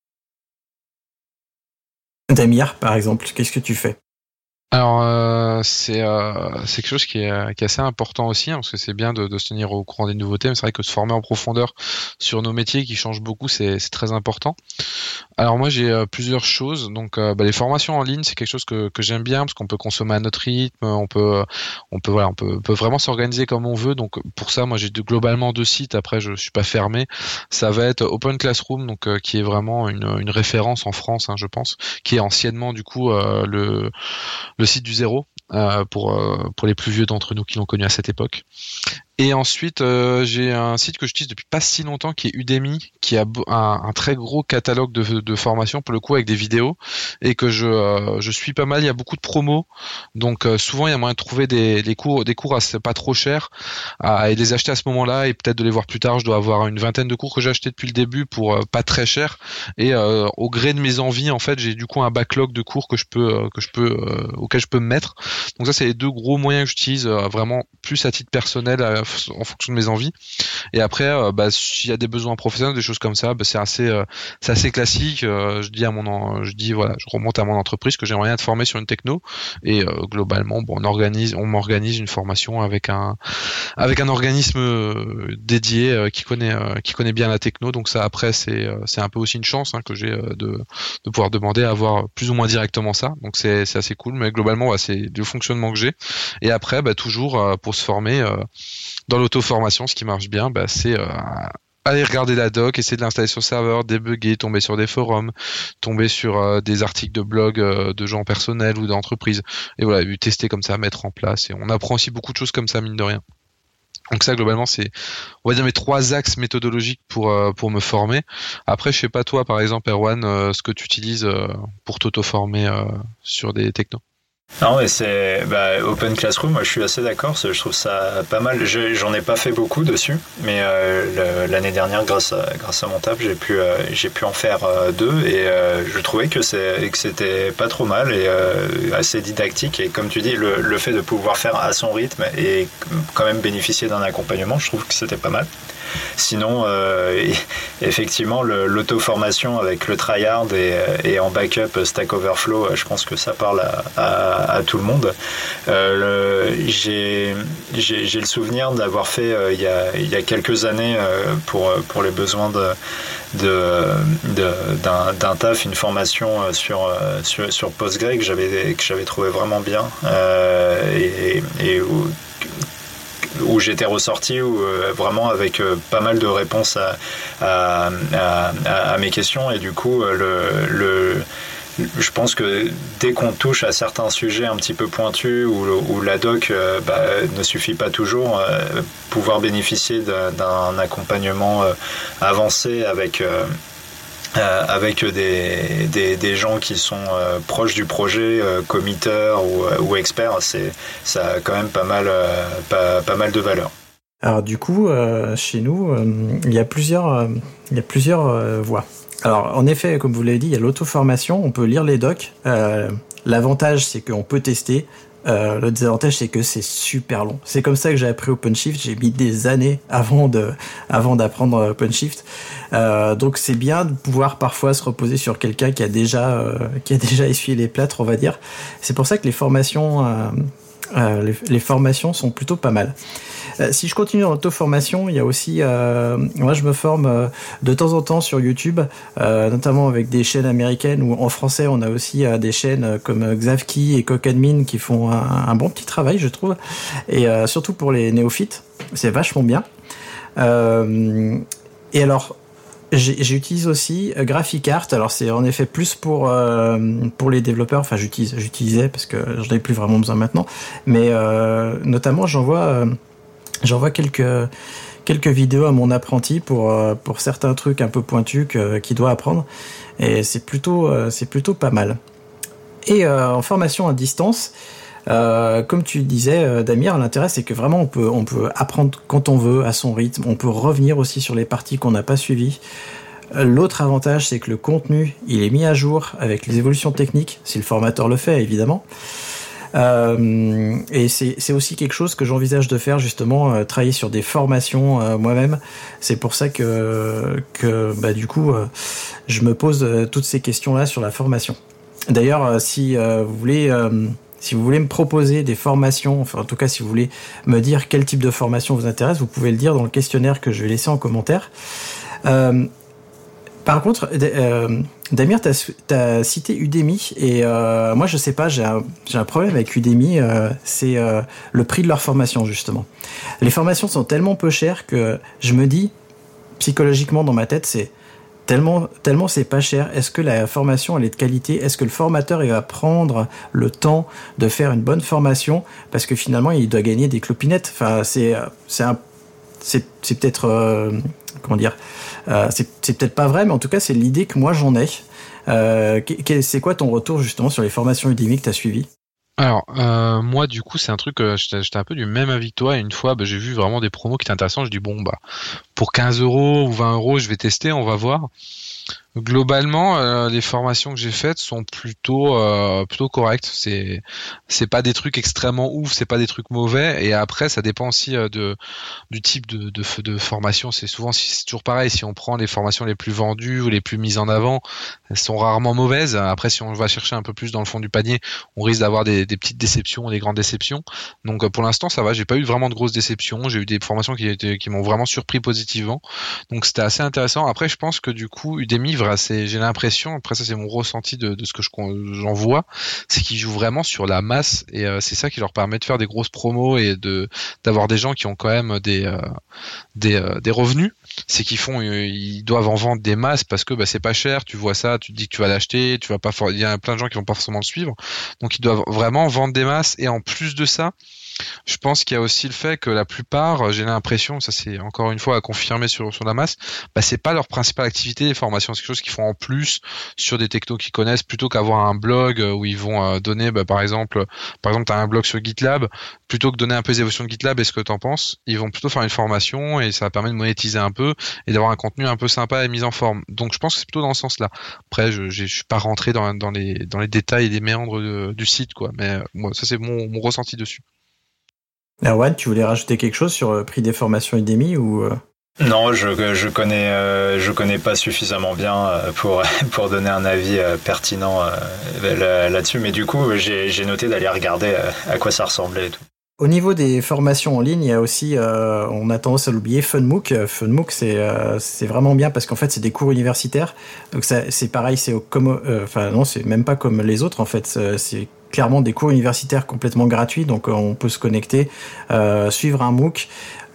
Damir, par exemple, qu'est-ce que tu fais? Alors euh, c'est euh, c'est quelque chose qui est, qui est assez important aussi, hein, parce que c'est bien de, de se tenir au courant des nouveautés, mais c'est vrai que se former en profondeur sur nos métiers qui changent beaucoup, c'est, c'est très important. Alors moi j'ai euh, plusieurs choses. Donc euh, bah, les formations en ligne, c'est quelque chose que, que j'aime bien, parce qu'on peut consommer à notre rythme, on peut on peut voilà on peut, on peut vraiment s'organiser comme on veut. Donc pour ça moi j'ai de, globalement deux sites. Après je suis pas fermé. Ça va être Open Classroom, donc euh, qui est vraiment une, une référence en France, hein, je pense, qui est anciennement du coup euh, le le site du zéro, euh, pour euh, pour les plus vieux d'entre nous qui l'ont connu à cette époque. Et ensuite, euh, j'ai un site que j'utilise depuis pas si longtemps qui est Udemy, qui a un, un très gros catalogue de, de formations, pour le coup, avec des vidéos, et que je euh, je suis pas mal. Il y a beaucoup de promos, donc euh, souvent il y a moyen de trouver des, des cours des cours à pas trop chers, à, et les acheter à ce moment-là, et peut-être de les voir plus tard. Je dois avoir une vingtaine de cours que j'ai achetés depuis le début pour euh, pas très cher, et euh, au gré de mes envies, en fait, j'ai du coup un backlog de cours que je peux euh, que je peux euh, auquel je peux me mettre. Donc ça, c'est les deux gros moyens que j'utilise, euh, vraiment plus à titre personnel, à, en fonction de mes envies. Et après, euh, bah, s'il y a des besoins professionnels, des choses comme ça, bah, c'est assez, euh, c'est assez classique. Euh, je dis à mon, je dis voilà, je remonte à mon entreprise que j'aimerais bien être formé sur une techno, et euh, globalement, bon, on organise, on m'organise une formation avec un, avec un organisme euh, dédié euh, qui connaît, euh, qui connaît bien la techno. Donc ça, après, c'est, euh, c'est un peu aussi une chance, hein, que j'ai euh, de, de pouvoir demander à avoir plus ou moins directement ça. Donc c'est, c'est assez cool. Mais globalement, ouais, c'est le fonctionnement que j'ai. Et après, bah, toujours euh, pour se former. Euh, Dans l'auto-formation, ce qui marche bien, bah, c'est euh, aller regarder la doc, essayer de l'installer sur le serveur, débugger, tomber sur des forums, tomber sur euh, des articles de blog euh, de gens personnels ou d'entreprises, et voilà, tester comme ça, mettre en place. Et on apprend aussi beaucoup de choses comme ça, mine de rien. Donc ça, globalement, c'est, on va dire, mes trois axes méthodologiques pour euh, pour me former. Après, je sais pas toi, par exemple, Erwan, euh, ce que tu utilises euh, pour t'auto-former euh, sur des technos. Non, mais c'est bah, Open Classroom, moi je suis assez d'accord, je trouve ça pas mal. Je, j'en ai pas fait beaucoup dessus, mais euh, le, l'année dernière, grâce à, grâce à mon taf, j'ai pu, euh, j'ai pu en faire euh, deux, et euh, je trouvais que, c'est, que c'était pas trop mal et euh, assez didactique. Et comme tu dis, le, le fait de pouvoir faire à son rythme et quand même bénéficier d'un accompagnement, je trouve que c'était pas mal. sinon, euh, effectivement, le, l'auto-formation avec le tryhard et, et en backup Stack Overflow, je pense que ça parle à, à, à tout le monde. Euh, le, j'ai, j'ai, j'ai le souvenir d'avoir fait euh, il, y a, il y a quelques années euh, pour, pour les besoins de, de, de, d'un, d'un taf, une formation sur, sur, sur Postgre que j'avais, que j'avais trouvé vraiment bien euh, et, et où, où j'étais ressorti où, euh, vraiment avec euh, pas mal de réponses à, à, à, à mes questions et du coup le, le je pense que dès qu'on touche à certains sujets un petit peu pointus où, où la doc euh, bah, ne suffit pas toujours, euh, pouvoir bénéficier d'un, d'un accompagnement euh, avancé avec euh, Euh, avec des, des, des gens qui sont euh, proches du projet, euh, committeurs ou, euh, ou experts, c'est, ça a quand même pas mal, euh, pas, pas mal de valeur. Alors du coup, euh, chez nous, euh, il y a plusieurs, euh, il y a plusieurs euh, voies. Alors en effet, comme vous l'avez dit, il y a l'auto-formation, on peut lire les docs. Euh, l'avantage, c'est qu'on peut tester. Euh, le désavantage, c'est que c'est super long. C'est comme ça que j'ai appris OpenShift. J'ai mis des années avant de, avant d'apprendre OpenShift. Euh, donc c'est bien de pouvoir parfois se reposer sur quelqu'un qui a déjà, euh, qui a déjà essuyé les plâtres, on va dire. C'est pour ça que les formations, euh, euh, les, les formations sont plutôt pas mal. Euh, si je continue dans l'auto-formation, il y a aussi, euh, moi je me forme euh, de temps en temps sur YouTube, euh, notamment avec des chaînes américaines où en français on a aussi euh, des chaînes comme Xavki et Cocadmin qui font un, un bon petit travail, je trouve, et euh, surtout pour les néophytes, c'est vachement bien. Euh, et alors, J'ai, j'utilise aussi euh, GraphiCart. Alors c'est en effet plus pour euh, pour les développeurs. Enfin j'utilise, j'utilisais parce que j'en ai plus vraiment besoin maintenant. Mais euh, notamment j'envoie euh, j'envoie quelques quelques vidéos à mon apprenti pour euh, pour certains trucs un peu pointus que, qu'il doit apprendre. Et c'est plutôt euh, c'est plutôt pas mal. Et euh, en formation à distance. Euh, comme tu disais, euh, Damir, l'intérêt c'est que vraiment on peut on peut apprendre quand on veut, à son rythme. On peut revenir aussi sur les parties qu'on n'a pas suivies. Euh, l'autre avantage, c'est que le contenu, il est mis à jour avec les évolutions techniques, si le formateur le fait, évidemment. Euh, et c'est c'est aussi quelque chose que j'envisage de faire justement, euh, travailler sur des formations euh, moi-même. C'est pour ça que que bah du coup, euh, je me pose euh, toutes ces questions-là sur la formation. D'ailleurs, euh, si euh, vous voulez euh, Si vous voulez me proposer des formations, enfin en tout cas si vous voulez me dire quel type de formation vous intéresse, vous pouvez le dire dans le questionnaire que je vais laisser en commentaire. Euh, par contre, euh, Damir, t'as, t'as cité Udemy et euh, moi je sais pas, j'ai un, j'ai un problème avec Udemy, euh, c'est euh, le prix de leur formation justement. Les formations sont tellement peu chères que je me dis psychologiquement dans ma tête c'est Tellement, tellement c'est pas cher. Est-ce que la formation elle est de qualité ? Est-ce que le formateur il va prendre le temps de faire une bonne formation ? Parce que finalement il doit gagner des clopinettes. Enfin c'est c'est un c'est c'est peut-être euh, comment dire euh, c'est c'est peut-être pas vrai, mais en tout cas c'est l'idée que moi j'en ai. Euh, c'est quoi ton retour justement sur les formations Udemy que t'as suivies ? Alors, euh, moi, du coup, c'est un truc, euh, j'étais, j'étais un peu du même avis que toi. Et une fois, bah, j'ai vu vraiment des promos qui étaient intéressants. Je dis, bon, bah, pour quinze euros ou vingt euros, je vais tester, on va voir. Globalement, euh, les formations que j'ai faites sont plutôt euh, plutôt correctes. C'est c'est pas des trucs extrêmement ouf, c'est pas des trucs mauvais. Et après, ça dépend aussi euh, de du type de de, de formation. C'est souvent c'est toujours pareil. Si on prend les formations les plus vendues ou les plus mises en avant, elles sont rarement mauvaises. Après, si on va chercher un peu plus dans le fond du panier, on risque d'avoir des, des petites déceptions, des grandes déceptions. Donc pour l'instant, ça va. J'ai pas eu vraiment de grosses déceptions. J'ai eu des formations qui étaient qui m'ont vraiment surpris positivement. Donc c'était assez intéressant. Après, je pense que du coup, Udemy C'est, j'ai l'impression, après ça c'est mon ressenti de, de ce que je, j'en vois, c'est qu'ils jouent vraiment sur la masse et euh, c'est ça qui leur permet de faire des grosses promos et de d'avoir des gens qui ont quand même des euh, des, euh, des revenus. C'est qu'ils font, euh, ils doivent en vendre des masses parce que bah, c'est pas cher. Tu vois ça, tu te dis que tu vas l'acheter, tu vas pas, for- il y a plein de gens qui vont pas forcément le suivre, donc ils doivent vraiment vendre des masses et en plus de ça. Je pense qu'il y a aussi le fait que la plupart, j'ai l'impression, ça c'est encore une fois à confirmer sur, sur la masse, bah c'est pas leur principale activité, les formations, c'est quelque chose qu'ils font en plus sur des technos qu'ils connaissent plutôt qu'avoir un blog où ils vont donner, bah, par exemple, par exemple, t'as un blog sur GitLab, plutôt que donner un peu les évolutions de GitLab et ce que t'en penses, ils vont plutôt faire une formation et ça permet de monétiser un peu et d'avoir un contenu un peu sympa et mis en forme. Donc je pense que c'est plutôt dans ce sens-là. Après, je, je suis pas rentré dans, dans les, dans les détails et les méandres de, du site, quoi, mais moi, ça c'est mon, mon ressenti dessus. Erwan, tu voulais rajouter quelque chose sur le prix des formations Udemy ou Non, je je connais euh, je connais pas suffisamment bien pour pour donner un avis euh, pertinent euh, là-dessus, mais du coup j'ai j'ai noté d'aller regarder à quoi ça ressemblait et tout. Au niveau des formations en ligne, il y a aussi, euh, on a tendance à l'oublier, FunMOOC. FunMOOC, c'est euh, c'est vraiment bien parce qu'en fait, c'est des cours universitaires. Donc ça, c'est pareil, c'est comme, euh, enfin non, c'est même pas comme les autres en fait. C'est clairement des cours universitaires complètement gratuits. Donc on peut se connecter, euh, suivre un MOOC.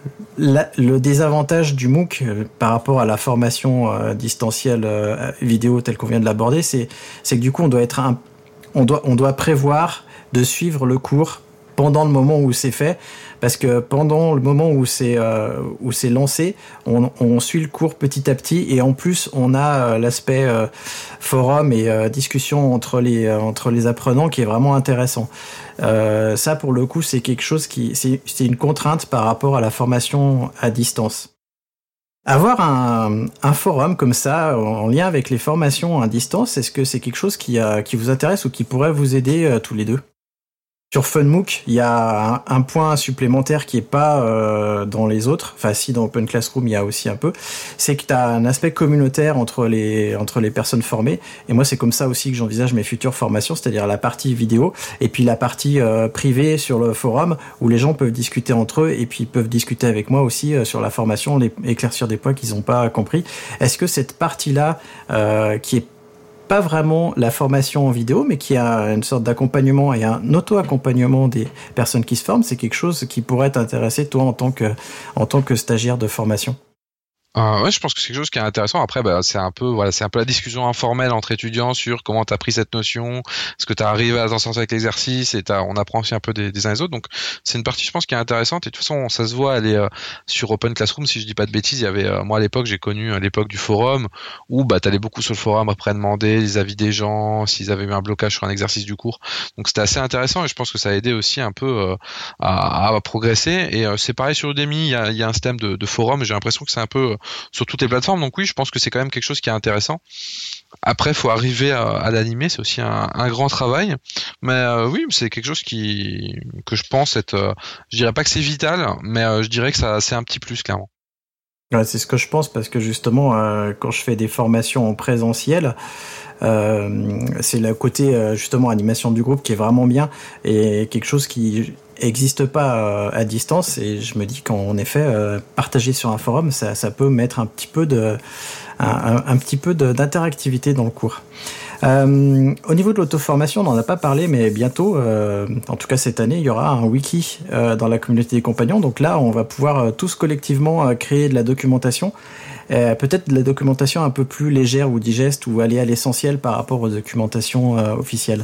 La, le désavantage du MOOC euh, par rapport à la formation euh, distancielle euh, vidéo telle qu'on vient de l'aborder, c'est c'est que du coup, on doit être un, on doit on doit prévoir de suivre le cours pendant le moment où c'est fait, parce que pendant le moment où c'est euh, où c'est lancé, on, on suit le cours petit à petit, et en plus on a euh, l'aspect euh, forum et euh, discussion entre les euh, entre les apprenants qui est vraiment intéressant. Euh, ça pour le coup c'est quelque chose qui c'est c'est une contrainte par rapport à la formation à distance. Avoir un, un forum comme ça en lien avec les formations à distance, est-ce que c'est quelque chose qui a, qui vous intéresse ou qui pourrait vous aider euh, tous les deux? Sur FunMOOC, il y a un, un point supplémentaire qui est pas euh, dans les autres. Enfin, si dans Open Classroom, il y a aussi un peu. C'est que tu as un aspect communautaire entre les entre les personnes formées. Et moi, c'est comme ça aussi que j'envisage mes futures formations, c'est-à-dire la partie vidéo et puis la partie euh, privée sur le forum où les gens peuvent discuter entre eux et puis peuvent discuter avec moi aussi euh, sur la formation, les, éclaircir des points qu'ils n'ont pas compris. Est-ce que cette partie-là, euh, qui est pas vraiment la formation en vidéo, mais qui a une sorte d'accompagnement et un auto-accompagnement des personnes qui se forment, c'est quelque chose qui pourrait t'intéresser, toi, en tant que, en tant que stagiaire de formation? Euh, ouais, je pense que c'est quelque chose qui est intéressant. Après, bah, c'est un peu, voilà, c'est un peu la discussion informelle entre étudiants sur comment t'as pris cette notion, est-ce que t'as arrivé à t'en sortir avec l'exercice, et t'as, on apprend aussi un peu des, des uns et des autres. Donc, c'est une partie, je pense, qui est intéressante. Et de toute façon, ça se voit, elle est euh, sur Open Classroom. Si je dis pas de bêtises, il y avait, euh, moi à l'époque, j'ai connu à l'époque du forum où bah t'allais beaucoup sur le forum après demander les avis des gens, s'ils avaient eu un blocage sur un exercice du cours. Donc, c'était assez intéressant et je pense que ça a aidé aussi un peu euh, à, à progresser. Et euh, c'est pareil sur Udemy, il y a, il y a un système de, de forum. J'ai l'impression que c'est un peu sur toutes les plateformes, donc oui, je pense que c'est quand même quelque chose qui est intéressant. Après, faut arriver à, à l'animer, c'est aussi un, un grand travail, mais euh, oui, c'est quelque chose qui que je pense être, euh, je dirais pas que c'est vital, mais euh, je dirais que ça c'est un petit plus clairement. Ouais, c'est ce que je pense parce que justement, euh, quand je fais des formations en présentiel, euh, c'est le côté euh, justement animation du groupe qui est vraiment bien et quelque chose qui existe pas à distance, et je me dis qu'en effet euh, partager sur un forum ça, ça peut mettre un petit peu de un, un, un petit peu de, d'interactivité dans le cours. Euh, au niveau de l'auto-formation, on n'en a pas parlé, mais bientôt, euh, en tout cas cette année, il y aura un wiki euh, dans la communauté des compagnons. Donc là, on va pouvoir euh, tous collectivement euh, créer de la documentation, euh, peut-être de la documentation un peu plus légère ou digeste, ou aller à l'essentiel par rapport aux documentations euh, officielles.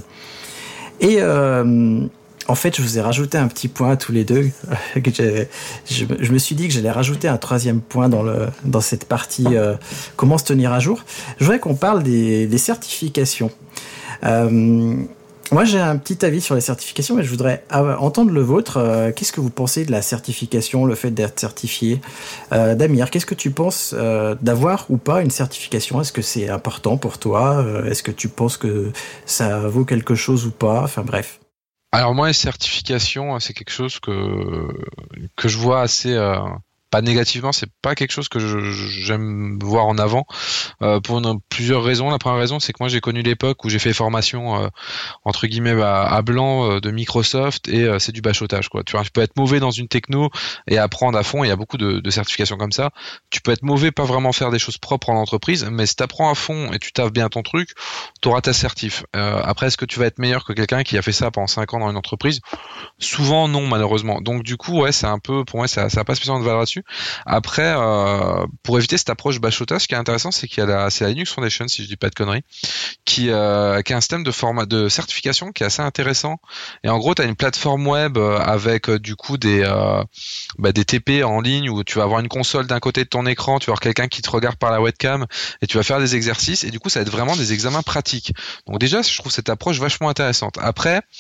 Et euh, en fait, je vous ai rajouté un petit point à tous les deux. que j'ai, je, je me suis dit que j'allais rajouter un troisième point dans, le, dans cette partie euh, comment se tenir à jour. Je voudrais qu'on parle des, des certifications. Euh, moi, j'ai un petit avis sur les certifications, mais je voudrais entendre le vôtre. Euh, qu'est-ce que vous pensez de la certification, le fait d'être certifié? euh, Damir, qu'est-ce que tu penses euh, d'avoir ou pas une certification? Est-ce que c'est important pour toi? euh, Est-ce que tu penses que ça vaut quelque chose ou pas? Enfin bref. Alors moi, les certifications, c'est quelque chose que que je vois assez euh, pas négativement, c'est pas quelque chose que je, j'aime voir en avant euh, pour une, plusieurs raisons. La première raison, c'est que moi j'ai connu l'époque où j'ai fait formation euh, entre guillemets à, à blanc euh, de Microsoft, et euh, c'est du bachotage quoi. Tu vois, tu peux être mauvais dans une techno et apprendre à fond. Il y a beaucoup de, de certifications comme ça. Tu peux être mauvais, pas vraiment faire des choses propres en entreprise, mais si t'apprends à fond et tu taffes bien ton truc, t'auras ta certif. Euh, après, est-ce que tu vas être meilleur que quelqu'un qui a fait ça pendant cinq ans dans une entreprise? Souvent non, malheureusement. Donc du coup, ouais, c'est un peu, pour moi, ça, ça a pas spécialement de valeur là-dessus. Après, euh, pour éviter cette approche bachotage, ce qui est intéressant, c'est qu'il y a la, c'est la Linux Foundation, si je dis pas de conneries, qui, euh, qui a un système de format de certification qui est assez intéressant. Et en gros, tu as une plateforme web avec euh, du coup des, euh, bah, des T P en ligne où tu vas avoir une console d'un côté de ton écran, tu vas avoir quelqu'un qui te regarde par la webcam et tu vas faire des exercices. Et du coup, ça va être vraiment des examens pratiques. Donc déjà, je trouve cette approche vachement intéressante. Après,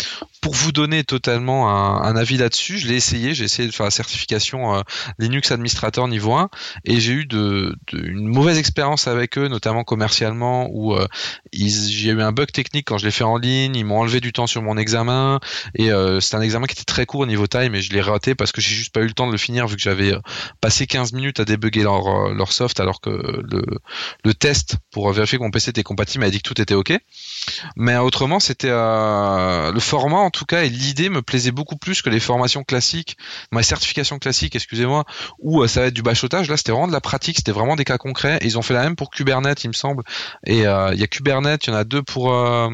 pour vous donner totalement un, un avis là-dessus, je l'ai essayé, j'ai essayé de faire la certification euh, Linux Administrator niveau un et j'ai eu de, de, une mauvaise expérience avec eux, notamment commercialement, où euh, ils, j'ai eu un bug technique quand je l'ai fait en ligne, ils m'ont enlevé du temps sur mon examen et euh, c'était un examen qui était très court au niveau time et je l'ai raté parce que j'ai juste pas eu le temps de le finir vu que j'avais passé quinze minutes à débugger leur, leur soft alors que le, le test pour vérifier que mon P C était compatible m'a dit que tout était ok. Mais autrement, c'était euh, le format en tout cas et l'idée me plaisait beaucoup plus que les formations classiques, ma certification classique, excusez-moi, où euh, ça va être du bachotage. Là, c'était vraiment de la pratique, c'était vraiment des cas concrets. Et ils ont fait la même pour Kubernetes, il me semble. Et il euh, y a Kubernetes, il y en a deux pour euh,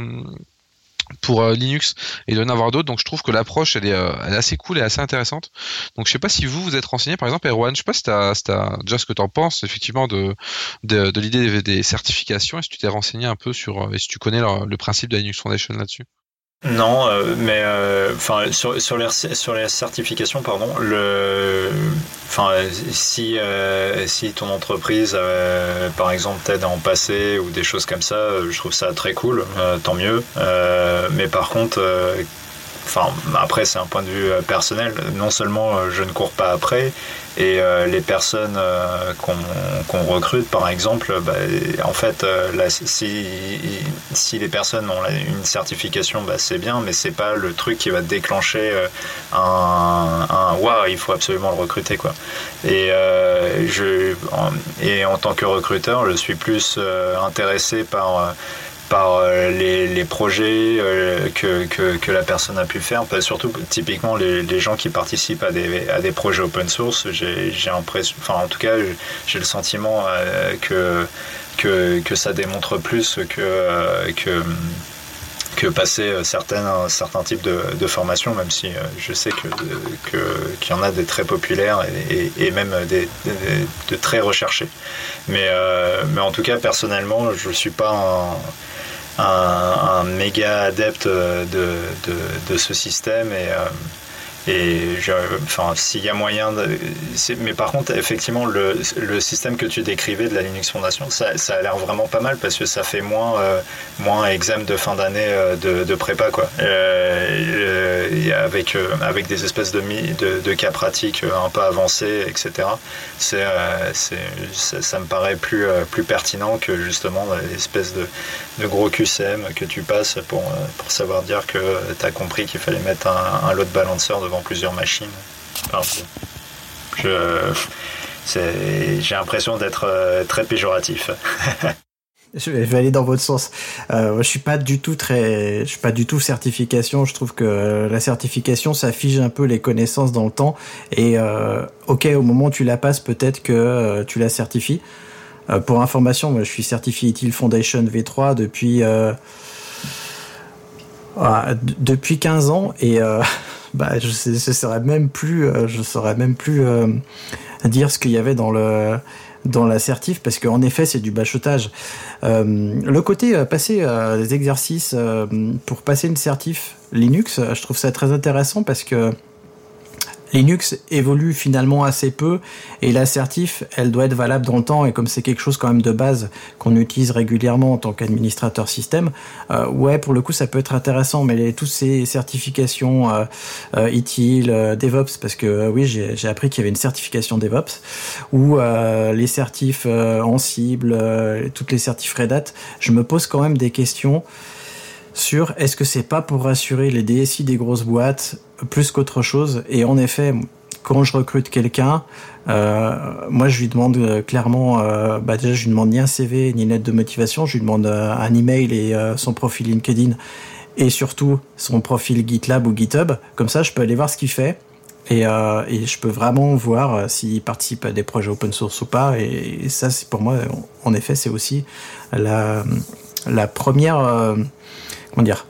pour euh, Linux et il doit y en avoir d'autres. Donc je trouve que l'approche elle est, euh, elle est assez cool et assez intéressante. Donc je sais pas si vous vous êtes renseigné, par exemple Erwan, je sais pas si t'as, si t'as déjà ce que t'en penses effectivement de de, de l'idée des, des certifications et si tu t'es renseigné un peu sur euh, et si tu connais le, le principe de la Linux Foundation là-dessus. Non, euh, mais enfin euh, sur sur les sur les certifications, pardon, le, enfin si euh, si ton entreprise euh, par exemple t'aide à en passer ou des choses comme ça, je trouve ça très cool, euh, tant mieux. Euh, mais par contre, euh, enfin après c'est un point de vue personnel. Non seulement je ne cours pas après. Et euh, les personnes euh, qu'on, qu'on recrute, par exemple, bah, en fait, euh, là, si, si les personnes ont une certification, bah, c'est bien, mais c'est pas le truc qui va déclencher euh, un, un waouh, il faut absolument le recruter, quoi. Et, euh, je, en, et en tant que recruteur, je suis plus euh, intéressé par euh, par les, les projets euh, que, que, que la personne a pu faire. Enfin, surtout, typiquement, les, les gens qui participent à des, à des projets open source, j'ai, j'ai l'impression, enfin, en tout cas, j'ai le sentiment euh, que, que, que ça démontre plus que, euh, que, que passer certains, certains types de, de formations, même si euh, je sais que, que, qu'il y en a des très populaires et, et, et même des, des, de très recherchés. Mais, euh, mais en tout cas, personnellement, je ne suis pas un Un, un méga adepte de, de, de ce système et, euh, et je, enfin, s'il y a moyen de, mais par contre effectivement le, le système que tu décrivais de la Linux Foundation, ça, ça a l'air vraiment pas mal parce que ça fait moins euh, moins examen de fin d'année euh, de, de prépa quoi, euh, euh, avec euh, avec des espèces de, de, de cas pratiques un peu avancés, etc. C'est, euh, c'est ça, ça me paraît plus euh, plus pertinent que justement l'espèce de, de gros Q C M que tu passes pour pour savoir dire que tu as compris qu'il fallait mettre un, un load balancer devant plusieurs machines. Enfin, je, c'est, j'ai l'impression d'être euh, très péjoratif. Je vais aller dans votre sens. Euh, je suis pas du tout très, je suis pas du tout certification. Je trouve que la certification, ça fige un peu les connaissances dans le temps. Et euh, ok, au moment où tu la passes, peut-être que euh, tu la certifies. Euh, pour information, moi, je suis certifié I T I L Foundation V trois depuis euh, euh, d- depuis quinze ans et euh, bah, je, sais, je saurais même plus, euh, je saurais même plus euh, dire ce qu'il y avait dans le dans la certif parce qu'en effet c'est du bachotage. Euh, le côté euh, passer euh, des exercices euh, pour passer une certif Linux, euh, je trouve ça très intéressant parce que Linux évolue finalement assez peu et l'assertif, elle doit être valable dans le temps et comme c'est quelque chose quand même de base qu'on utilise régulièrement en tant qu'administrateur système, euh, ouais pour le coup ça peut être intéressant mais les, toutes ces certifications euh, euh, I T I L, euh, DevOps parce que euh, oui j'ai, j'ai appris qu'il y avait une certification DevOps ou euh, les certifs euh, Ansible, euh, toutes les certifs Red Hat, je me pose quand même des questions sur est-ce que c'est pas pour rassurer les D S I des grosses boîtes plus qu'autre chose. Et en effet, quand je recrute quelqu'un, euh, moi je lui demande euh, clairement, euh, bah déjà je lui demande ni un C V ni une lettre de motivation, je lui demande euh, un email et euh, son profil LinkedIn et surtout son profil GitLab ou GitHub. Comme ça, je peux aller voir ce qu'il fait. Et, euh, et je peux vraiment voir euh, s'il participe à des projets open source ou pas. Et, et ça, c'est pour moi, en effet, c'est aussi la, la première... Euh, comment dire,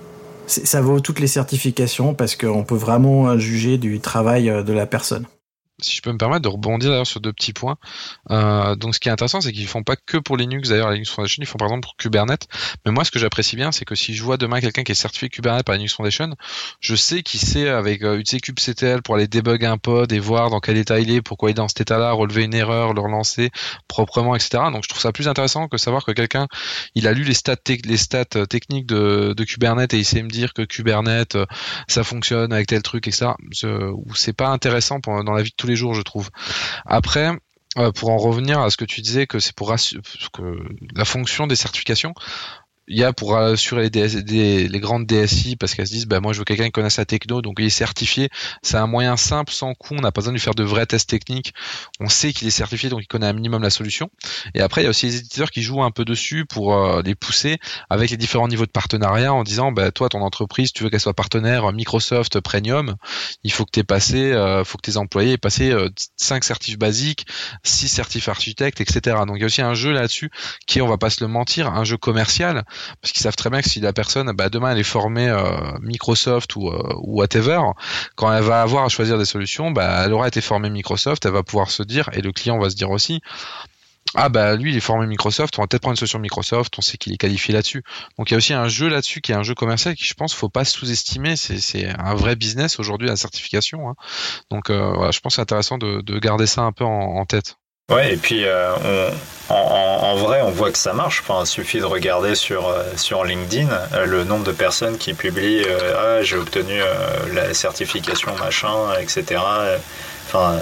c'est, ça vaut toutes les certifications parce qu'on peut vraiment juger du travail de la personne. Si je peux me permettre de rebondir d'ailleurs sur deux petits points. Euh, donc ce qui est intéressant, c'est qu'ils font pas que pour Linux. D'ailleurs, la Linux Foundation, ils font par exemple pour Kubernetes. Mais moi, ce que j'apprécie bien, c'est que si je vois demain quelqu'un qui est certifié Kubernetes par Linux Foundation, je sais qu'il sait avec U T C kubectl pour aller débug un pod et voir dans quel état il est, pourquoi il est dans cet état-là, relever une erreur, le relancer proprement, et cetera. Donc je trouve ça plus intéressant que savoir que quelqu'un, il a lu les stats, te- les stats techniques de, de Kubernetes et il sait me dire que Kubernetes, ça fonctionne avec tel truc, et cetera. Ce, ou c'est pas intéressant pour, dans la vie de tous les jours, je trouve. Après, euh, pour en revenir à ce que tu disais, que c'est pour rassurer, que la fonction des certifications, il y a pour assurer les, D S, des, les grandes D S I parce qu'elles se disent bah moi je veux quelqu'un qui connaisse la techno, donc il est certifié, c'est un moyen simple, sans coût, on n'a pas besoin de lui faire de vrais tests techniques, on sait qu'il est certifié donc il connaît un minimum la solution. Et après il y a aussi les éditeurs qui jouent un peu dessus pour euh, les pousser avec les différents niveaux de partenariat en disant bah toi ton entreprise tu veux qu'elle soit partenaire Microsoft Premium, il faut que tu aies passé euh, faut que tes employés aient passé euh, cinq certifs basiques, six certifs architectes, et cetera. Donc il y a aussi un jeu là-dessus qui est, on va pas se le mentir, un jeu commercial. Parce qu'ils savent très bien que si la personne, bah demain elle est formée euh, Microsoft ou, euh, ou whatever, quand elle va avoir à choisir des solutions, bah elle aura été formée Microsoft, elle va pouvoir se dire, et le client va se dire aussi, ah bah lui il est formé Microsoft, on va peut-être prendre une solution Microsoft, on sait qu'il est qualifié là-dessus. Donc il y a aussi un jeu là-dessus qui est un jeu commercial qui je pense faut pas sous-estimer, c'est, c'est un vrai business aujourd'hui la certification. Hein. Donc euh, voilà, je pense que c'est intéressant de, de garder ça un peu en, en tête. Ouais, et puis euh, on, en, en vrai, on voit que ça marche. Enfin, il suffit de regarder sur euh, sur LinkedIn euh, le nombre de personnes qui publient euh, ah j'ai obtenu euh, la certification machin, et cetera. Enfin,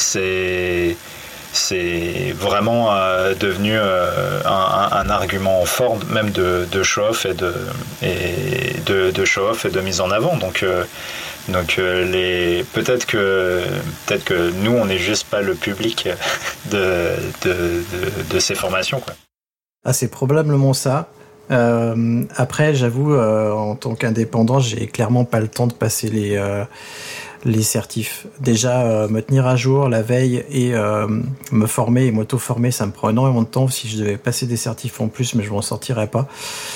c'est c'est vraiment euh, devenu euh, un, un argument fort, même de, de show-off et de et de, de show-off et de mise en avant. Donc euh, Donc euh, les peut-être que peut-être que nous on n'est juste pas le public de de, de, de ces formations quoi. Ah c'est probablement ça. Euh, après j'avoue euh, en tant qu'indépendant j'ai clairement pas le temps de passer les euh, les certifs. Déjà euh, me tenir à jour la veille et euh, me former et m'auto-former ça me prend énormément de temps. Si je devais passer des certifs en plus mais je m'en sortirais pas.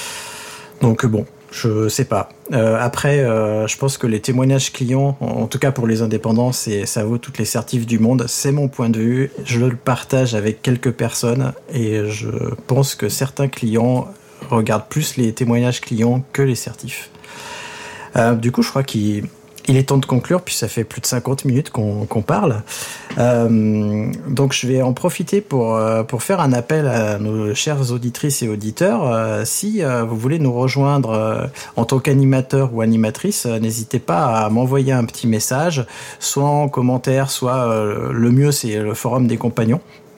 Donc bon. Je sais pas. Euh, après, euh, je pense que les témoignages clients, en tout cas pour les indépendants, c'est, ça vaut toutes les certifs du monde. C'est mon point de vue. Je le partage avec quelques personnes et je pense que certains clients regardent plus les témoignages clients que les certifs. Euh, du coup, je crois qu'il il est temps de conclure, puis ça fait plus de cinquante minutes qu'on, qu'on parle. Euh, donc je vais en profiter pour, euh, pour faire un appel à nos chères auditrices et auditeurs. Euh, si euh, vous voulez nous rejoindre euh, en tant qu'animateur ou animatrice, euh, n'hésitez pas à m'envoyer un petit message, soit en commentaire, soit euh, le mieux c'est le forum des compagnons.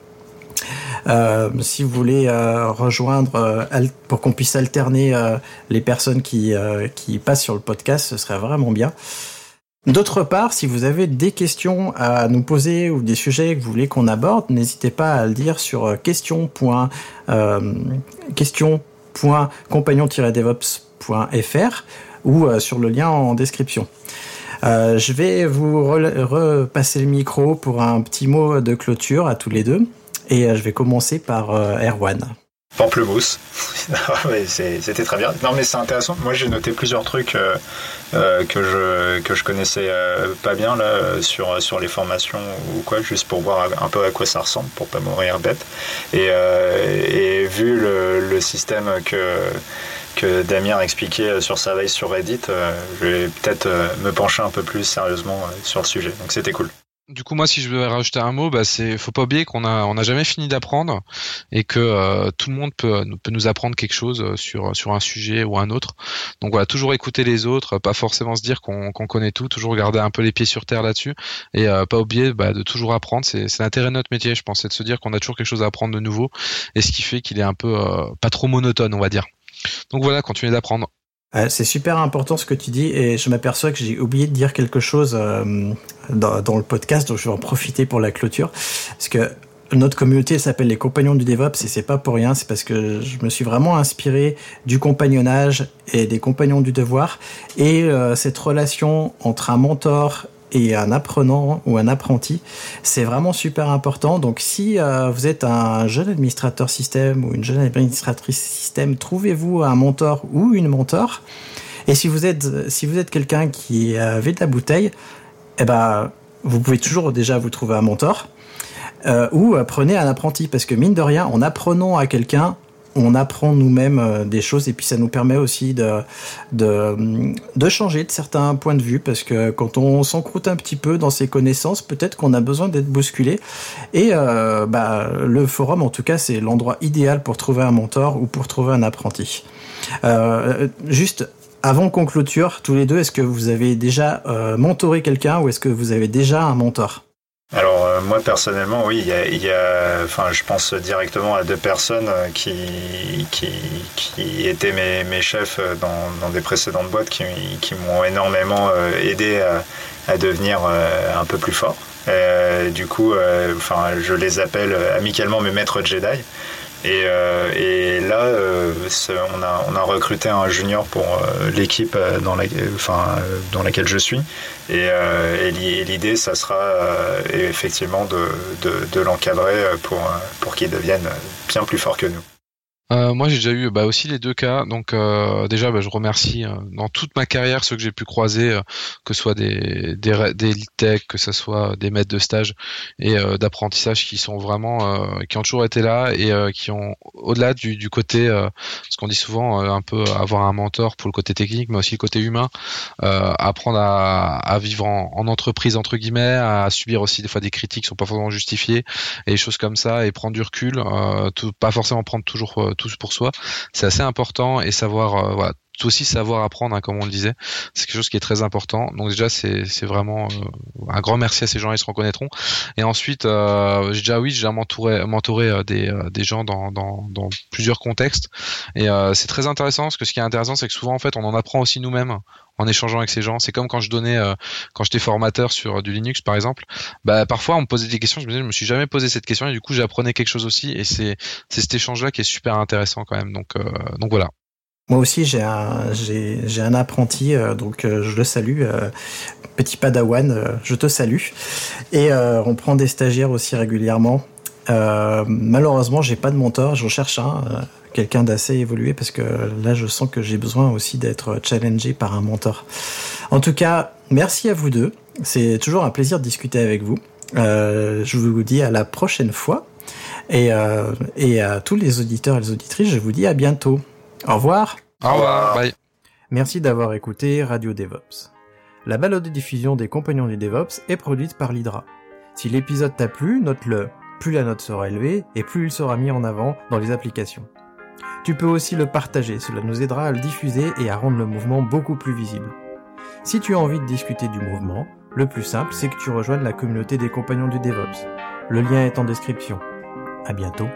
Euh, si vous voulez euh, rejoindre euh, al- pour qu'on puisse alterner euh, les personnes qui, euh, qui passent sur le podcast, ce serait vraiment bien. D'autre part, si vous avez des questions à nous poser ou des sujets que vous voulez qu'on aborde, n'hésitez pas à le dire sur question. Euh, question point compagnon tiret devops point f r ou euh, sur le lien en description. Euh, je vais vous re- repasser le micro pour un petit mot de clôture à tous les deux. Et euh, je vais commencer par euh, Erwan. Pamplemousse. Ouais, c'est, c'était très bien. Non mais c'est intéressant. Moi j'ai noté plusieurs trucs euh, euh, que je que je connaissais euh, pas bien là sur sur les formations ou quoi, juste pour voir un peu à quoi ça ressemble, pour pas mourir bête. Et euh, et vu le, le système que que Damien a expliqué sur sa veille sur Reddit, euh, je vais peut-être euh, me pencher un peu plus sérieusement euh, sur le sujet. Donc c'était cool. Du coup, moi, si je devais rajouter un mot, bah, c'est, faut pas oublier qu'on a, on n'a jamais fini d'apprendre et que euh, tout le monde peut, peut nous apprendre quelque chose sur sur un sujet ou un autre. Donc voilà, toujours écouter les autres, pas forcément se dire qu'on, qu'on connaît tout, toujours garder un peu les pieds sur terre là-dessus et euh, pas oublier bah, de toujours apprendre. C'est, c'est l'intérêt de notre métier, je pense, c'est de se dire qu'on a toujours quelque chose à apprendre de nouveau et ce qui fait qu'il est un peu euh, pas trop monotone, on va dire. Donc voilà, continuez d'apprendre. C'est super important ce que tu dis et je m'aperçois que j'ai oublié de dire quelque chose euh, dans, dans le podcast, donc je vais en profiter pour la clôture. Parce que notre communauté s'appelle les Compagnons du DevOps et c'est pas pour rien, c'est parce que je me suis vraiment inspiré du compagnonnage et des Compagnons du Devoir et euh, cette relation entre un mentor et un apprenant ou un apprenti, c'est vraiment super important. Donc si euh, vous êtes un jeune administrateur système ou une jeune administratrice système, trouvez-vous un mentor ou une mentor. Et si vous êtes si vous êtes quelqu'un qui avait de la bouteille, eh ben vous pouvez toujours déjà vous trouver un mentor euh, ou euh, prenez un apprenti parce que mine de rien, en apprenant à quelqu'un, on apprend nous-mêmes euh, des choses et puis ça nous permet aussi de, de, de changer de certains points de vue parce que quand on s'encroute un petit peu dans ses connaissances, peut-être qu'on a besoin d'être bousculé et euh, bah, le forum en tout cas c'est l'endroit idéal pour trouver un mentor ou pour trouver un apprenti. Euh, juste avant qu'on clôture tous les deux, est-ce que vous avez déjà euh, mentoré quelqu'un ou est-ce que vous avez déjà un mentor ? Alors euh, moi personnellement oui il y a, il y a enfin je pense directement à deux personnes qui qui qui étaient mes mes chefs dans dans des précédentes boîtes qui qui m'ont énormément euh, aidé à, à devenir euh, un peu plus fort. Euh, du coup euh, enfin je les appelle amicalement mes maîtres Jedi. Et, euh, et là, euh, on a on a recruté un junior pour euh, l'équipe dans la, enfin euh, dans laquelle je suis. Et, euh, et l'idée, ça sera euh, effectivement de, de de l'encadrer pour pour qu'il devienne bien plus fort que nous. Euh, moi, j'ai déjà eu bah, aussi les deux cas. Donc, euh, déjà, bah, je remercie euh, dans toute ma carrière ceux que j'ai pu croiser, euh, que ce soit des des, des lead tech, que ce soit des maîtres de stage et euh, d'apprentissage qui sont vraiment, euh, qui ont toujours été là et euh, qui ont, au-delà du, du côté, euh, ce qu'on dit souvent, euh, un peu avoir un mentor pour le côté technique, mais aussi le côté humain, euh, apprendre à, à vivre en, en entreprise entre guillemets, à subir aussi des fois des critiques qui sont pas forcément justifiées et des choses comme ça, et prendre du recul, euh, tout, pas forcément prendre toujours euh, tous pour soi, c'est assez important et savoir euh, voilà, tout aussi savoir apprendre hein, comme on le disait, c'est quelque chose qui est très important. Donc déjà c'est c'est vraiment euh, un grand merci à ces gens, ils se reconnaîtront. Et ensuite euh, j'ai déjà oui j'ai déjà mentoré mentoré euh, des euh, des gens dans dans dans plusieurs contextes et euh, c'est très intéressant parce que ce qui est intéressant c'est que souvent en fait on en apprend aussi nous-mêmes en échangeant avec ces gens. C'est comme quand je donnais euh, quand j'étais formateur sur du Linux par exemple, bah parfois on me posait des questions, je me disais je me suis jamais posé cette question et du coup j'apprenais quelque chose aussi et c'est c'est cet échange là qui est super intéressant quand même. Donc euh, donc voilà. Moi aussi, j'ai un, j'ai, j'ai un apprenti, euh, donc euh, je le salue, euh, petit padawan, euh, je te salue. Et euh, on prend des stagiaires aussi régulièrement. Euh, malheureusement, j'ai pas de mentor, j'en cherche un, euh, quelqu'un d'assez évolué, parce que là, je sens que j'ai besoin aussi d'être challengé par un mentor. En tout cas, merci à vous deux. C'est toujours un plaisir de discuter avec vous. Euh, je vous dis à la prochaine fois. Et, euh, et à tous les auditeurs et les auditrices, je vous dis à bientôt. Au revoir. Au revoir. Bye. Merci d'avoir écouté Radio DevOps. La balade de diffusion des compagnons du DevOps est produite par l'Hydra. Si l'épisode t'a plu, note-le. Plus la note sera élevée et plus il sera mis en avant dans les applications. Tu peux aussi le partager, cela nous aidera à le diffuser et à rendre le mouvement beaucoup plus visible. Si tu as envie de discuter du mouvement, le plus simple c'est que tu rejoignes la communauté des compagnons du DevOps. Le lien est en description. À bientôt.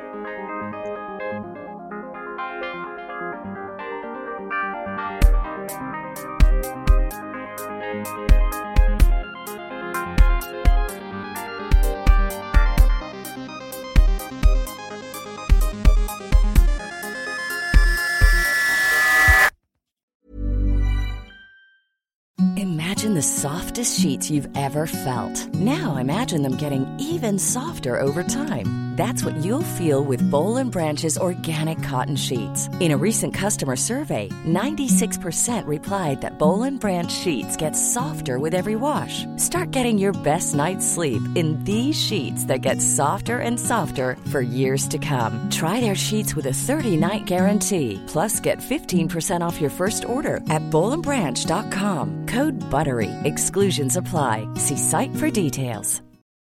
Imagine the softest sheets you've ever felt. Now imagine them getting even softer over time. That's what you'll feel with Boll and Branch's organic cotton sheets. In a recent customer survey, ninety-six percent replied that Boll and Branch sheets get softer with every wash. Start getting your best night's sleep in these sheets that get softer and softer for years to come. Try their sheets with a thirty-night guarantee. Plus, get fifteen percent off your first order at boll and branch dot com. Code BUTTERY. Exclusions apply. See site for details.